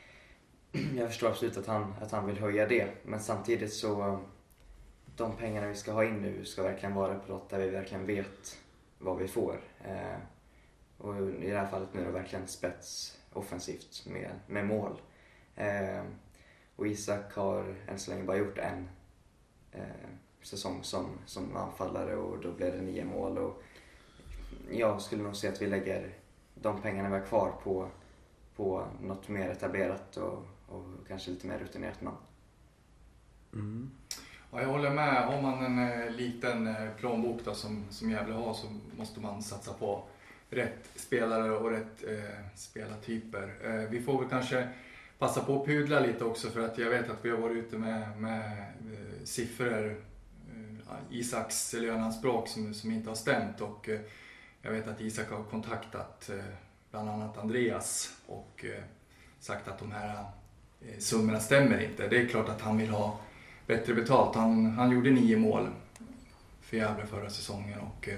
Speaker 8: jag förstår absolut att han, att han vill höja det. Men samtidigt så, de pengarna vi ska ha in nu ska verkligen vara på något där vi verkligen vet vad vi får. Eh, och i det här fallet nu är det verkligen spets offensivt med, med mål. Eh, och Isak har än så länge bara gjort en eh, säsong som, som anfallare och då blev det nio mål. Och jag skulle nog säga att vi lägger de pengarna vi har kvar på, på något mer etablerat och, och kanske lite mer rutinerat namn.
Speaker 6: Mm.
Speaker 7: Ja, jag håller med. Har man en eh, liten eh, plånbok då, som, som Gävle har, så måste man satsa på rätt spelare och rätt eh, spelartyper. Eh, vi får väl kanske passa på att pudla lite också, för att jag vet att vi har varit ute med, med eh, siffror, eh, Isaks lönanspråk som, som inte har stämt, och eh, jag vet att Isak har kontaktat eh, bland annat Andreas och eh, sagt att de här eh, summorna stämmer inte. Det är klart att han vill ha bättre betalt. Han, han gjorde nio mål för Gävle förra säsongen, och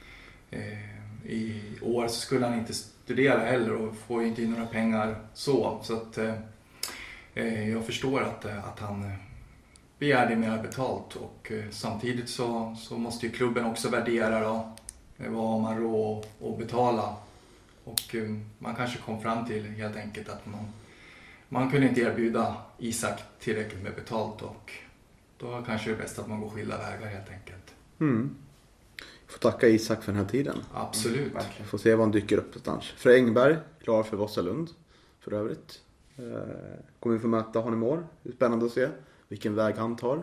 Speaker 7: eh, i år så skulle han inte studera heller och får inte in några pengar så. Så att eh, jag förstår att, att han begär det mer betalt, och eh, samtidigt så, så måste ju klubben också värdera då, vad har man råd att betala. Och eh, man kanske kom fram till helt enkelt att man, man kunde inte erbjuda Isak tillräckligt med betalt, och då kanske det är bäst att man går skilda vägar helt enkelt.
Speaker 6: Mm. Får tacka Isak för den här tiden.
Speaker 7: Absolut.
Speaker 6: Mm, får se vad han dyker upp någonstans. Fred Engberg, klar för Vossalund för övrigt. Eh, kommer vi få möta honom i år. Det är spännande att se vilken väg han tar.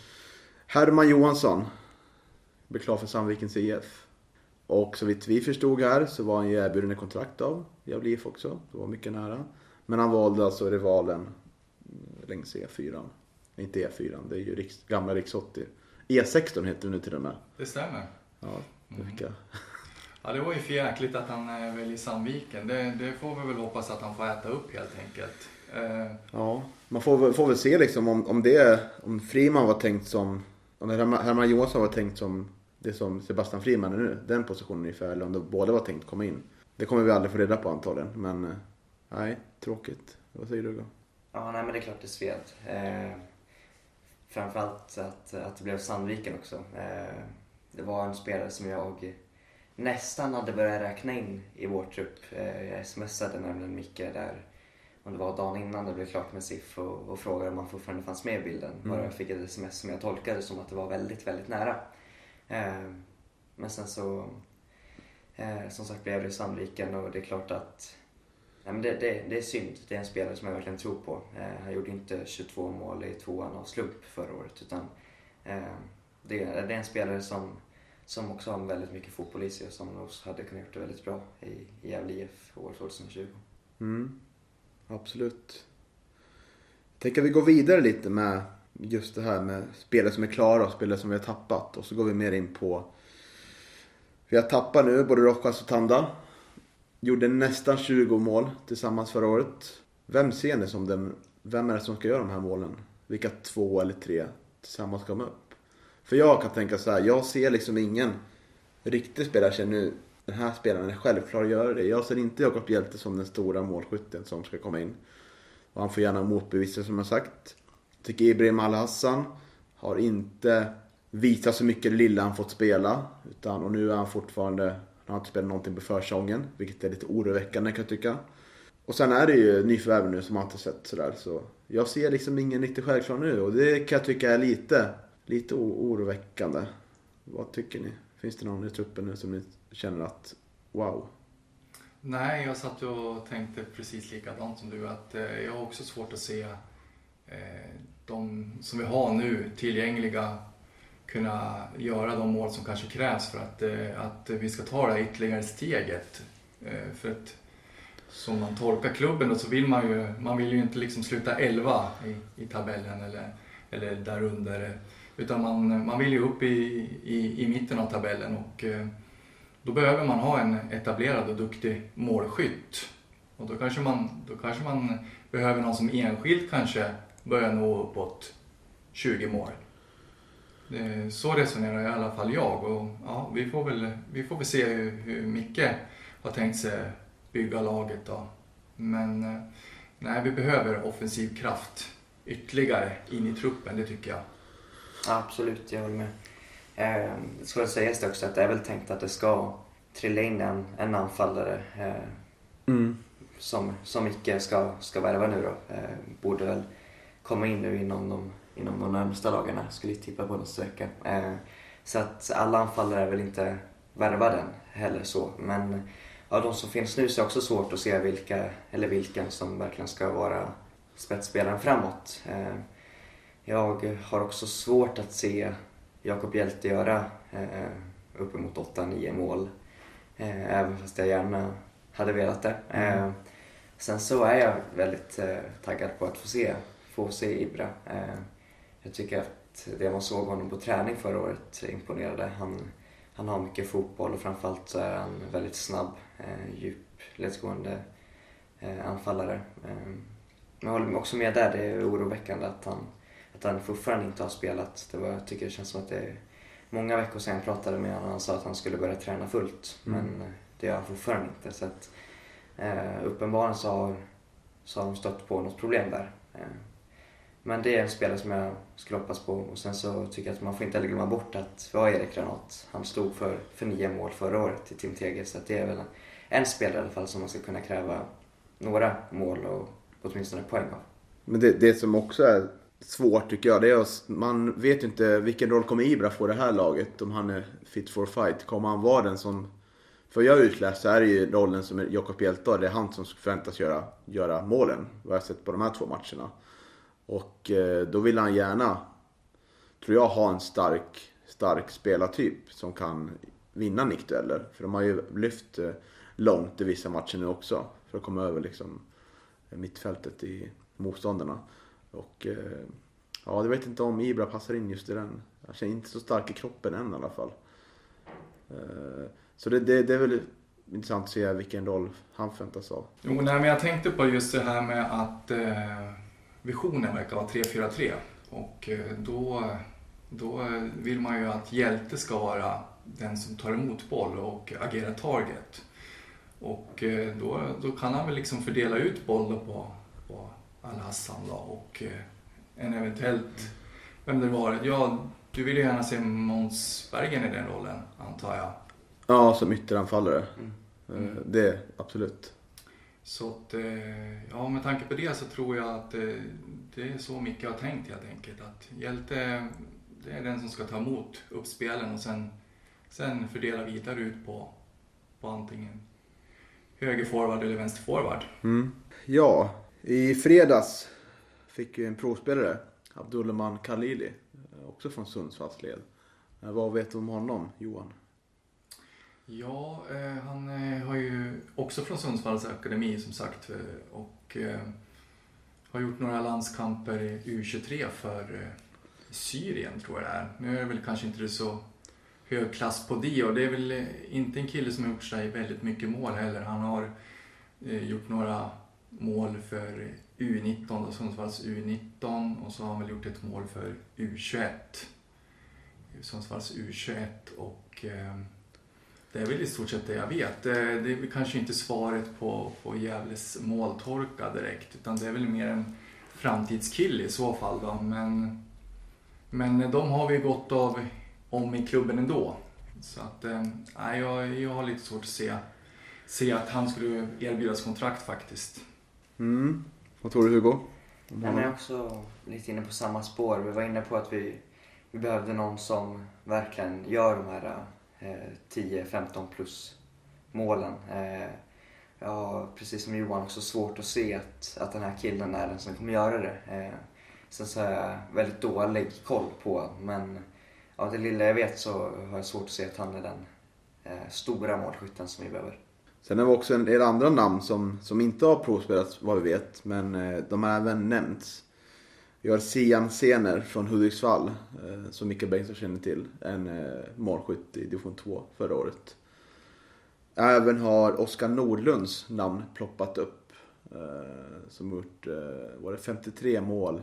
Speaker 6: Herman Johansson blir klar för Sandvikens I F. Och så vitt vi förstod här så var han ju erbjuden ett kontrakt av Gävle I F också. Det var mycket nära. Men han valde alltså rivalen längs E fyra. Inte E fyra, det är ju riks, gamla riks åttio. E sexton heter det nu till och med.
Speaker 7: Det stämmer.
Speaker 6: Ja, det fick jag.
Speaker 7: Ja, det var ju för jäkligt att han är väl i Sandviken. Det, det får vi väl hoppas att han får äta upp helt enkelt. Eh.
Speaker 6: Ja, man får, får väl se liksom om, om det, om Friman var tänkt som, om Herman Johansson var tänkt som det som Sebastian Friman är nu, den positionen ungefär, eller om de båda var tänkt komma in. Det kommer vi aldrig få reda på antagligen, men nej, tråkigt. Vad säger du då?
Speaker 8: Ja, nej men det är klart det sved. Eh, framförallt att, att det blev Sandviken också. Eh, det var en spelare som jag nästan hade börjat räkna in i vår trupp. Eh, jag smsade nämligen Micke där, om det var dagen innan det blev klart med S I F, och, och frågade om han fortfarande fanns med i bilden. Mm. Bara jag fick ett sms som jag tolkade som att det var väldigt, väldigt nära. Eh, men sen så eh, som sagt blev det Sandviken, och det är klart att nej, men det, det, det är synd. Det är en spelare som jag verkligen tror på. Eh, han gjorde inte tjugotvå mål i tvåan av slump förra året, utan eh, det, det är en spelare som, som också har väldigt mycket fotboll i sig, som också hade kunnat gjort det väldigt bra i, i Gävle I F år tjugohundratjugo.
Speaker 6: Mm, absolut. Jag tänker att vi går vidare lite med just det här med spelare som är klara och spelare som vi har tappat. Och så går vi mer in på, vi har tappat nu både Rojas och Tanda. Gjorde nästan tjugo mål tillsammans förra året. Vem ser ni som den, vem är det som ska göra de här målen? Vilka två eller tre tillsammans ska komma upp? För jag kan tänka så här, jag ser liksom ingen riktig spelare nu. Den här spelaren är självklar att göra det. Jag ser inte Jakob Hjelte som den stora målskytten som ska komma in. Och han får gärna motbevisa som jag sagt. Jag tycker Ibrahim Al-Hassan har inte visat så mycket lilla han fått spela. Utan, och nu är han fortfarande, han har inte spelat någonting på försången. Vilket är lite oroväckande kan jag tycka. Och sen är det ju nyförvärv nu som man inte sett sådär. Så jag ser liksom ingen riktigt självklar nu. Och det kan jag tycka är lite, lite oroväckande. Vad tycker ni? Finns det någon i truppen nu som ni känner att wow?
Speaker 7: Nej, jag satt och tänkte precis likadant som du. Att eh, jag har också svårt att se eh, de som vi har nu tillgängliga kunna göra de mål som kanske krävs för att, eh, att vi ska ta det här ytterligare steget. Eh, för att som man tolkar klubben då, så vill man ju, man vill ju inte liksom sluta elva i, i tabellen eller, eller där under. Utan man, man vill ju upp i, i, i mitten av tabellen, och eh, då behöver man ha en etablerad och duktig målskytt. Och då kanske man, då kanske man behöver någon som enskilt kanske börjar nå uppåt tjugo mål. Det, så resonerar i alla fall jag. Och ja, vi får väl, vi får väl se hur, hur Micke har tänkt sig bygga laget då. Men nej, vi behöver offensiv kraft ytterligare in i truppen, det tycker jag.
Speaker 8: Ja, absolut, jag håller med. Eh, det ska sägas också att det är väl tänkt att det ska trilla in en, en anfallare eh,
Speaker 6: mm.
Speaker 8: som, som Micke ska, ska värva nu då. Eh, borde väl komma in nu inom de, inom de närmsta dagarna, skulle jag tippa på nästa vecka. Eh, så att alla anfallare är väl inte värvade än heller så. Men ja, de som finns nu så är det också svårt att se vilka, eller vilken som verkligen ska vara spetsspelaren framåt. Eh, Jag har också svårt att se Jakob Hjelte göra eh, uppemot åtta nio mål. Eh, även fast jag gärna hade velat det. Eh, sen så är jag väldigt eh, taggad på att få se, få se Ibra. Eh, jag tycker att det man såg honom på träning förra året imponerade. Han, han har mycket fotboll och framförallt så är han väldigt snabb, eh, djupledsgående eh, anfallare. Eh, men jag håller också med där, det är oroväckande att han, att han fortfarande inte har spelat. Det var, jag tycker det känns som att det är många veckor sedan jag pratade med honom och han sa att han skulle börja träna fullt. Mm. Men det gör han fortfarande inte. Så att, eh, uppenbarligen så har, så har de stött på något problem där. Eh, men det är en spelare som jag skulle hoppas på. Och sen så tycker jag att man får inte heller glömma bort att vi har Erik Granat. Han stod för, för nio mål förra året i Team T G. Så att det är väl en, en spelare i alla fall som man ska kunna kräva några mål och åtminstone poäng av. Men
Speaker 6: det, det som också är svårt tycker jag, det är att man vet ju inte vilken roll kommer Ibra få det här laget om han är fit for fight. Kommer han vara den som, för jag utläst så är det ju rollen som Jakob Hjelte har, det är han som förväntas göra, göra målen, vad jag har sett på de här två matcherna. Och eh, då vill han gärna, tror jag, ha en stark, stark spelartyp som kan vinna nickdueller. För de har ju lyft eh, långt i vissa matcher nu också för att komma över liksom mittfältet i motståndarna. Och eh, ja, jag vet inte om Ibra passar in just i den. Jag känner inte så stark i kroppen än i alla fall. Eh, så det, det, det är väl intressant att se vilken roll han förväntas av.
Speaker 7: Jo, nej, men jag tänkte på just det här med att eh, visionen verkar vara tre fyra tre. Och eh, då, då vill man ju att Hjelte ska vara den som tar emot boll och agerar target. Och eh, då, då kan han väl liksom fördela ut bollen på, på Al-Hassan då, och eh, en eventuellt, vem det var, ja, du vill ju gärna se Måns Bergen i den rollen, antar jag.
Speaker 6: Ja, som ytteranfallare.
Speaker 7: Mm.
Speaker 6: Mm. Det, absolut.
Speaker 7: Så att, ja, med tanke på det så tror jag att det, det är så mycket jag har tänkt helt enkelt. Att Hjelte, det är den som ska ta emot uppspelen och sen, sen fördela vidare ut på, på antingen höger forward eller vänster forward.
Speaker 6: Mm. Ja, i fredags fick vi en provspelare, Abdulrahman Khalili, också från Sundsvallsled. Vad vet du om honom, Johan?
Speaker 7: Ja, eh, han eh, har ju också från Sundsvalls akademi som sagt och eh, har gjort några landskamper i U tjugotre för eh, Syrien tror jag det är. Nu är det väl kanske inte det så hög klass på det och det är väl eh, inte en kille som har gjort sig väldigt mycket mål heller. Han har eh, gjort några mål för U nitton, då, Sundsvalls U nitton och så har han väl gjort ett mål för U tjugoett. Sundsvalls U tjugoett och eh, det är väl i stort sett det jag vet. Det är väl kanske inte svaret på, på Gävles måltorka direkt. Utan det är väl mer en framtidskill i så fall då. Men, men de har vi gått av om i klubben ändå. Så att, nej, jag, jag har lite svårt att se, se att han skulle erbjudas kontrakt faktiskt.
Speaker 6: Mm. Vad tror du, Hugo?
Speaker 8: Jag är också lite inne på samma spår. Vi var inne på att vi, vi behövde någon som verkligen gör de här tio femton plus målen. Eh, ja, precis som Johan också svårt att se att, att den här killen är den som kommer göra det. Eh, sen så har jag väldigt dålig koll på, men av det lilla jag vet så har jag svårt att se att han är den eh, stora målskytten som vi behöver.
Speaker 6: Sen har vi också en del andra namn som, som inte har provspelats vad vi vet, men eh, de har även nämnts. Vi har Sian Sener från Hudiksvall, eh, som Mikael Bengtsson känner till. En eh, målskytt i division två förra året. Även har Oskar Nordlunds namn ploppat upp. Eh, som gjort eh, var det femtiotre mål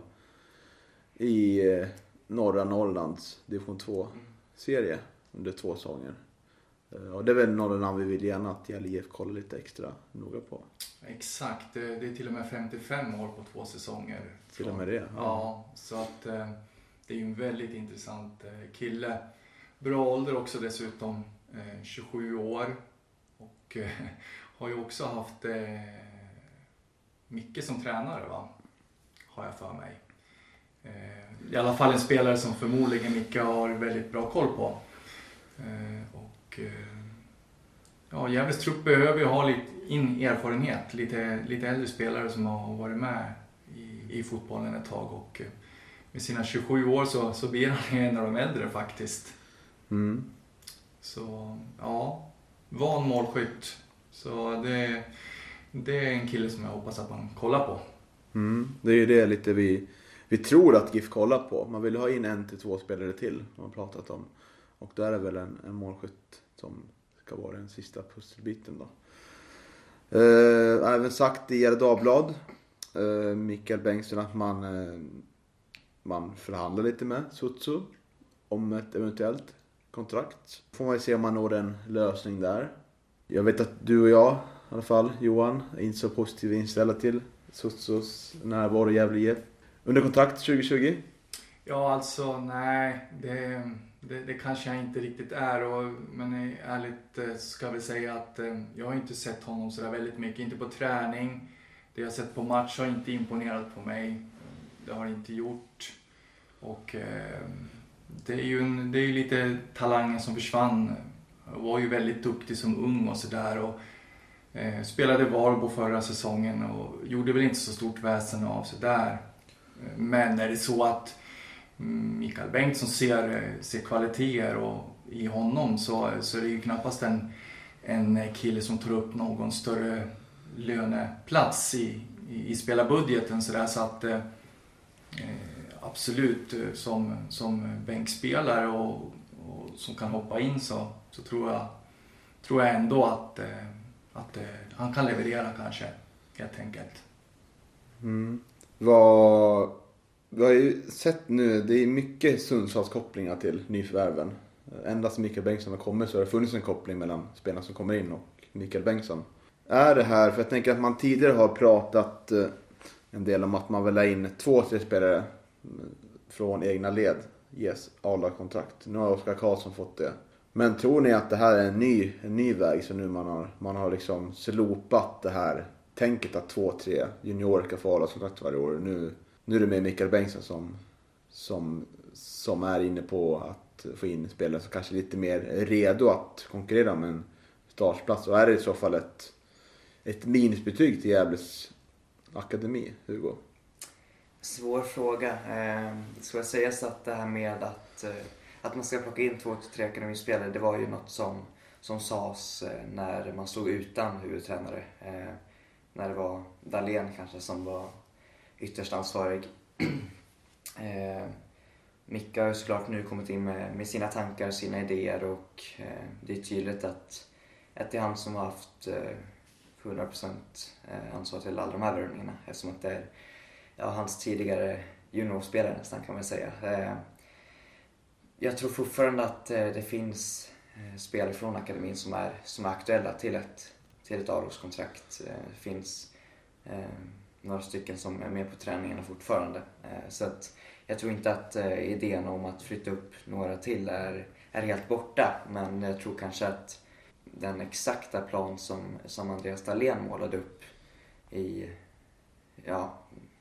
Speaker 6: i eh, norra Norrlands division två-serie under två säsonger. Eh, och det är väl några namn vi vill gärna att Gävle I F kollar lite extra noga på.
Speaker 7: Exakt, det är till och med femtiofem år på två säsonger.
Speaker 6: Till och med det? Ja,
Speaker 7: ja så att eh, det är ju en väldigt intressant eh, kille. Bra ålder också dessutom, eh, tjugosju år. Och eh, har ju också haft eh, Micke som tränare, va? Har jag för mig. Eh, I alla fall en spelare som förmodligen Micke har väldigt bra koll på. Eh, och... Eh, Ja, Gävles trupp behöver ju ha lite in erfarenhet, lite, lite äldre spelare som har varit med i, i fotbollen ett tag och med sina tjugosju år så, så blir han en av de äldre faktiskt.
Speaker 6: Mm.
Speaker 7: Så ja, van målskytt. Så det, det är en kille som jag hoppas att man kollar på.
Speaker 6: Mm. Det är ju det lite vi, vi tror att GIF kollar på. Man vill ha in en till två spelare till, har man pratat om. Och där är det väl en, en målskytt som ska vara den sista pusselbiten då. Eh, även sagt i Gefle Dagblad, eh, Mikael Bengtsson, att man, eh, man förhandlar lite med Sutsu om ett eventuellt kontrakt. Får man se om man når en lösning där. Jag vet att du och jag, i alla fall Johan, är inte så positivt inställda till Sutsus närvaro i Gävle I F under kontrakt tjugo tjugo.
Speaker 7: Ja, alltså nej, det, det, det kanske jag inte riktigt är. Och, men ärligt ska jag väl säga att jag har inte sett honom så där väldigt mycket. Inte på träning. Det jag har sett på match har inte imponerat på mig. Det har det inte gjort. Och det är ju, en, det är ju lite talangen som försvann. Jag var ju väldigt duktig som ung och sådär. Och eh, spelade Varbo förra säsongen och gjorde väl inte så stort väsen av sig där. Men är det så att Mikael Bengtsson ser, ser kvaliteter och i honom så, så är det ju knappast en, en kille som tar upp någon större löneplats i, i, i spelarbudgeten. Så, där, så att eh, absolut som, som bänkspelare och, och som kan hoppa in så, så tror, jag, tror jag ändå att, eh, att eh, han kan leverera kanske helt enkelt.
Speaker 6: Mm. Vad, vi har ju sett nu, det är mycket Sundsvallskopplingar till nyförvärven. Endast Mikael Bengtsson har kommit så har det funnits en koppling mellan spelarna som kommer in och Mikael Bengtsson. Är det här, för jag tänker att man tidigare har pratat en del om att man vill ha in två, tre spelare från egna led, ges A-lagskontrakt. Nu har Oskar Karlsson fått det. Men tror ni att det här är en ny, en ny väg så nu man har, man har liksom slopat det här tänket att två, tre juniorer ska få A-lagskontrakt varje år. Nu, nu är det med Mikael Bengtsson som, som, som är inne på att få in spelare som kanske är lite mer redo att konkurrera med en startplats. Och är det i så fall ett, ett minusbetyg till Gävles akademi, Hugo?
Speaker 8: Svår fråga. Eh, ska jag säga så att det här med att, eh, att man ska plocka in två till tre akademispelare, det var ju något som, som sades eh, när man stod utan huvudtränare. Eh, när det var Dahlén kanske som var ytterst ansvarig. eh, Micke har ju såklart nu kommit in med, med sina tankar, sina idéer och eh, det är tydligt att, att det är han som har haft eh, hundra procent ansvar till alla de här värvningarna eftersom att det är ja, hans tidigare juniorspelare nästan kan man säga. Eh, jag tror fortfarande att eh, det finns eh, spelare från akademin som är, som är aktuella till ett, till ett A-lagskontrakt. Eh, det finns eh, några stycken som är med på träningarna fortfarande. Eh, så att jag tror inte att eh, idén om att flytta upp några till är, är helt borta. Men jag tror kanske att den exakta plan som, som Andreas Dahlén målade upp i ja,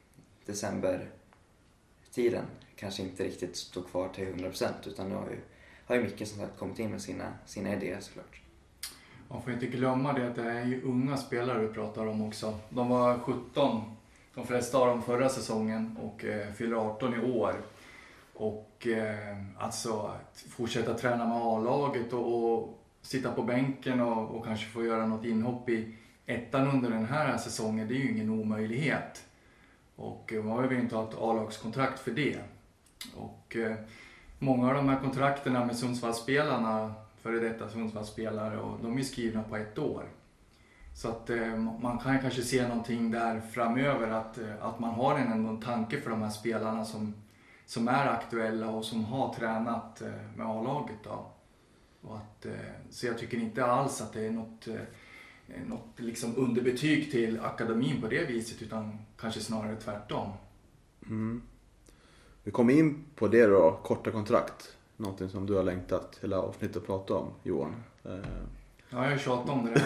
Speaker 8: december-tiden kanske inte riktigt stod kvar till hundra procent utan nu har ju, har ju Micke som sagt kommit in med sina, sina idéer såklart.
Speaker 7: Man får inte glömma det att det är ju unga spelare vi pratar om också. De var sjutton, de flesta av dem förra säsongen och eh, fyller arton i år. Och eh, alltså att fortsätta träna med A-laget och, och sitta på bänken och, och kanske få göra något inhopp i ettan under den här säsongen, det är ju ingen omöjlighet. Och man behöver ju inte ha ett A-lagskontrakt för det. Och eh, många av de här kontrakterna med Sundsvallsspelarna, före detta Sundsvallsspelare, och de är skrivna på ett år. Så att eh, man kan kanske se någonting där framöver att, eh, att man har en, en tanke för de här spelarna som, som är aktuella och som har tränat eh, med A-laget då. Och att, eh, så jag tycker inte alls att det är något, eh, något liksom underbetyg till akademin på det viset utan kanske snarare tvärtom.
Speaker 6: Mm. Vi kommer in på det då, korta kontrakt. Någonting som du har längtat hela avsnittet att prata om, Johan.
Speaker 7: Ja, jag har tjatat om det.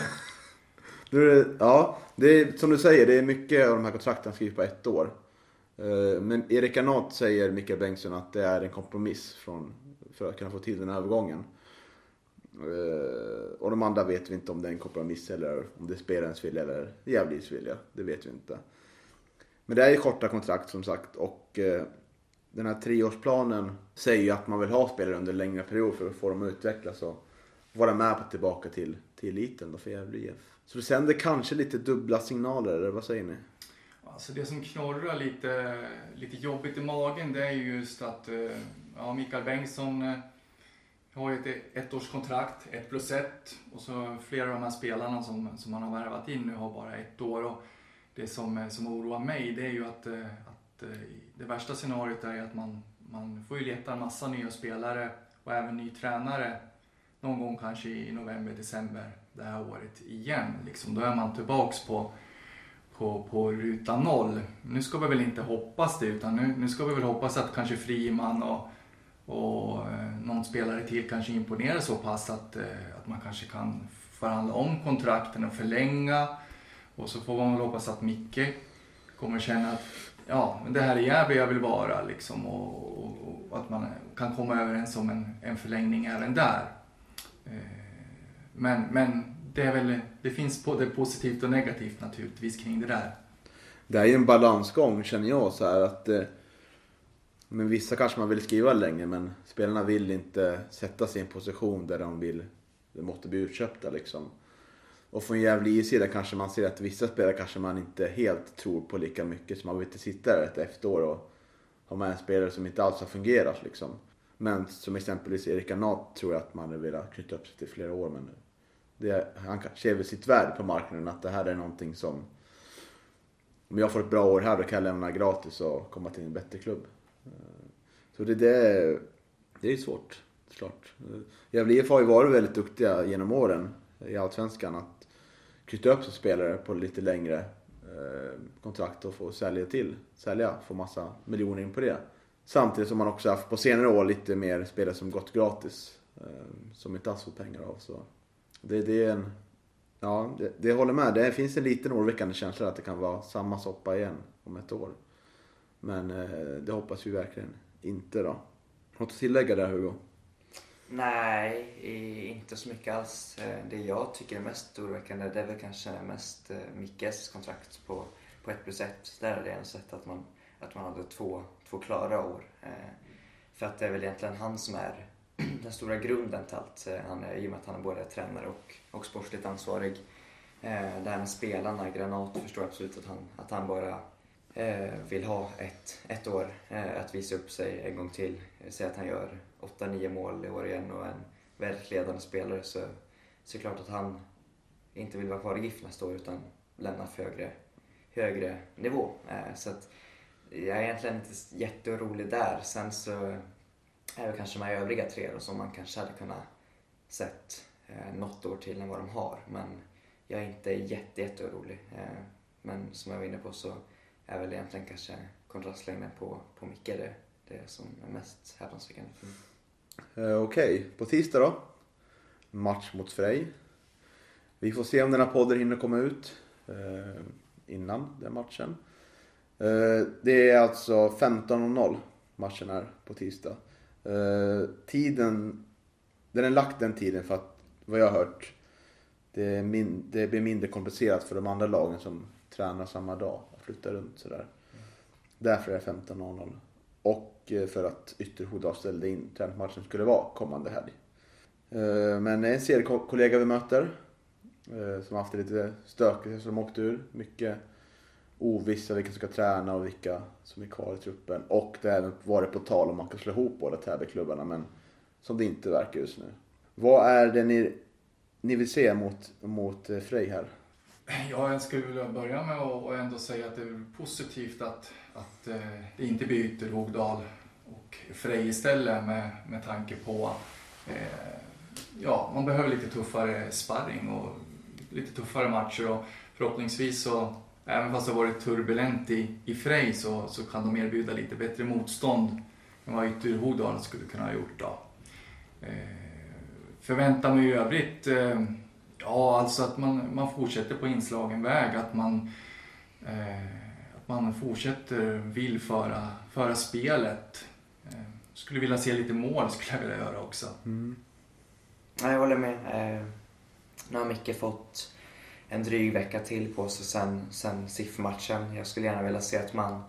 Speaker 6: Nu, ja, det är, som du säger, det är mycket av de här kontrakten skrivs på ett år. Men Erik Arnott säger Mikael Bengtsson att det är en kompromiss från, för att kunna få till den här övergången. Och de andra vet vi inte om det är en kompromiss eller om det är spelarens vilja eller Gävles vilja. Det vet vi inte. Men det är ju korta kontrakt som sagt och den här treårsplanen säger ju att man vill ha spelare under en längre period för att få dem att utvecklas och vara med på tillbaka till, till eliten då för Gävle I F. Så det sänder kanske lite dubbla signaler, eller vad säger ni?
Speaker 7: Alltså det som knorrar lite, lite jobbigt i magen, det är ju just att ja, Mikael Bengtsson har ju ett ettårskontrakt, ett plus ett, och så flera av de här spelarna som, som man har värvat in nu har bara ett år. Och det som, som oroar mig, det är ju att, att det värsta scenariot är att man, man får ju leta en massa nya spelare och även ny tränare någon gång kanske i november, december det här året igen. Liksom, då är man tillbaks på, på, på ruta noll. Nu ska vi väl inte hoppas det, utan nu, nu ska vi väl hoppas att kanske Friman och, och eh, någon spelare till kanske imponerar så pass att, eh, att man kanske kan förhandla om kontrakten och förlänga. Och så får man väl hoppas att Micke kommer känna att ja, men det här är Gävle jag vill vara. Liksom, och, och, och att man kan komma överens om en, en förlängning även där. Men, men det, är väl, det finns både positivt och negativt naturligtvis kring det där.
Speaker 6: Det är ju en balansgång känner jag så här att eh, men vissa kanske man vill skriva länge, men spelarna vill inte sätta sig i en position där de vill de måste bli utköpta liksom. Och från Gävle I sida kanske man ser att vissa spelare kanske man inte helt tror på lika mycket, så man vill inte sitta där ett efterår och ha med en spelare som inte alls har fungerat liksom. Men som exempelvis Erik Arnott tror jag att man vill knyta upp sig till flera år. Men det, han kanske väl sitt värde på marknaden att det här är någonting som, om jag får ett bra år här då kan jag lämna gratis och komma till en bättre klubb. Så det, det, det är svårt, klart. Gävle I F har ju varit väldigt duktiga genom åren i Allsvenskan att knyta upp sig spelare på lite längre eh, kontrakt och få sälja till, sälja, få massa miljoner in på det. Samtidigt som man också haft på senare år lite mer spelare som gått gratis. Eh, som inte alls fått pengar av. Så det, det är en... Ja, det, det håller med. Det finns en liten oroväckande känsla att det kan vara samma soppa igen om ett år. Men eh, det hoppas vi verkligen inte då. Något att tillägga där, Hugo?
Speaker 8: Nej, inte så mycket alls. Det jag tycker är mest oroväckande, det är väl kanske mest Mickes kontrakt på, på ett plus ett. Där är det en sätt att man, att man hade två, två klara år. För att det är väl egentligen han som är den stora grunden till allt. Han är, i och med att han är både tränare och, och sportsligt ansvarig. Det här med spelarna, Granat, förstår absolut att han, att han bara vill ha ett, ett år att visa upp sig en gång till. Säg att han gör åtta nio mål i år igen och en världsledande spelare, så, så är det klart att han inte vill vara kvar i GIF nästa år utan lämna för högre, högre nivå. Så att jag är egentligen inte jätteorolig där. Sen så är det kanske de här övriga tre då, som man kanske hade kunnat sett något år till än vad de har. Men jag är inte jätte, jätteorolig. Men som jag var inne på så är väl egentligen kanske kontrastlängden på, på Micke det, det som är mest häpnadsväckande.
Speaker 6: Eh, Okej, okay. På tisdag då. Match mot Frej. Vi får se om den här podden hinner komma ut eh, innan den matchen. Eh, det är alltså femton noll matchen är på tisdag. Eh, tiden, den är lagt den tiden för att, vad jag har hört, det, är min, det blir mindre komplicerat för de andra lagen som tränar samma dag och flyttar runt sådär. Mm. Därför är det femton noll. Och för att Ytterhogdal ställde in träningsmatchen skulle vara kommande helg. Men en seriekollega vi möter som har haft det lite stökigt som åkte ur. Mycket ovissa vilka som ska träna och vilka som är kvar i truppen. Och det har även varit på tal om man kan slå ihop båda tävlingsklubbarna, men som det inte verkar just nu. Vad är det ni, ni vill se mot, mot Frej här?
Speaker 7: Ja, jag skulle vilja börja med att ändå säga att det är positivt att, att det inte blir Ytterhogdal och Frej istället med, med tanke på eh, ja, man behöver lite tuffare sparring och lite tuffare matcher, och förhoppningsvis så, även fast det har varit turbulent i, i Frej så, så kan de erbjuda lite bättre motstånd än vad Ytterhogdal skulle kunna ha gjort då. Eh, förväntar mig i övrigt eh, ja, alltså att man, man fortsätter på inslagen väg, att man, eh, att man fortsätter vill föra, föra spelet. Eh, skulle vilja se lite mål, skulle jag vilja göra också.
Speaker 8: Mm. Ja, jag håller med. Eh, nu har Micke fått en dryg vecka till på sig sen, sen S I F-matchen. Jag skulle gärna vilja se att man,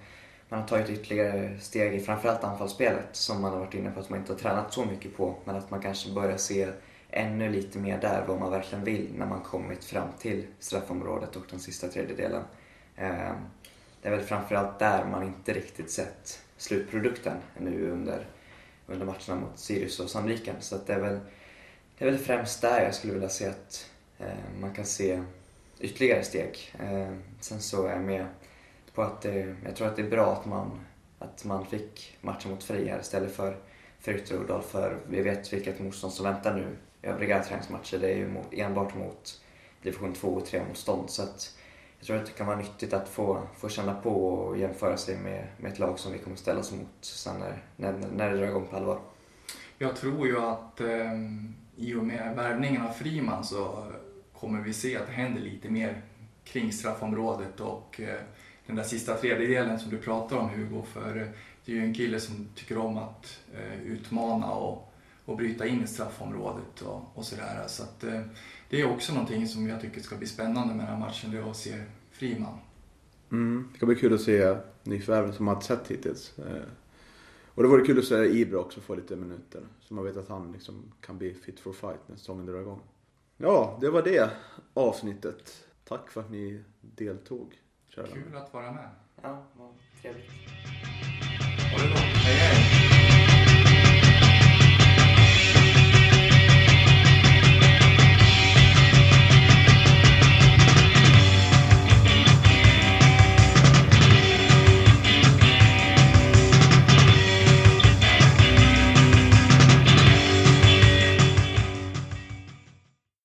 Speaker 8: man har tagit ytterligare steg i framförallt anfallsspelet som man har varit inne på att man inte har tränat så mycket på, men att man kanske börjar se ännu lite mer där vad man verkligen vill när man kommit fram till straffområdet och den sista tredjedelen. Det är väl framförallt där man inte riktigt sett slutprodukten nu under, under matcherna mot Sirius och Sandviken. Så att det, är väl, det är väl främst där jag skulle vilja se att eh, man kan se ytterligare steg. Eh, sen så är jag med på att det, jag tror att det är bra att man, att man fick matchen mot Frej här istället för, för Ytterhogdal, för vi vet vilket motstånd som väntar nu. Övriga träningsmatcher det är ju mot, enbart mot division två och tre motstånd, så att jag tror att det kan vara nyttigt att få, få känna på och jämföra sig med, med ett lag som vi kommer ställa oss mot sen när, när, när det drar igång på allvar.
Speaker 7: Jag tror ju att eh, i och med värvningen av Friman så kommer vi se att det händer lite mer kring straffområdet och eh, den där sista tredjedelen som du pratar om, Hugo, för det är ju en kille som tycker om att eh, utmana och, och bryta in i straffområdet och, och sådär. Så att eh, det är också någonting som jag tycker ska bli spännande med den här matchen, det är att se Friman.
Speaker 6: Mm, det ska bli kul att se nyförvärven som man har sett hittills. Eh, och det vore kul att se Ibra också få lite minuter, så man vet att han liksom kan bli fit for fight när säsongen drar igång. Ja, det var det avsnittet. Tack för att ni deltog.
Speaker 7: Kul att vara med.
Speaker 8: Ja, vad trevligt.
Speaker 7: Ha det bra. Hej, hej.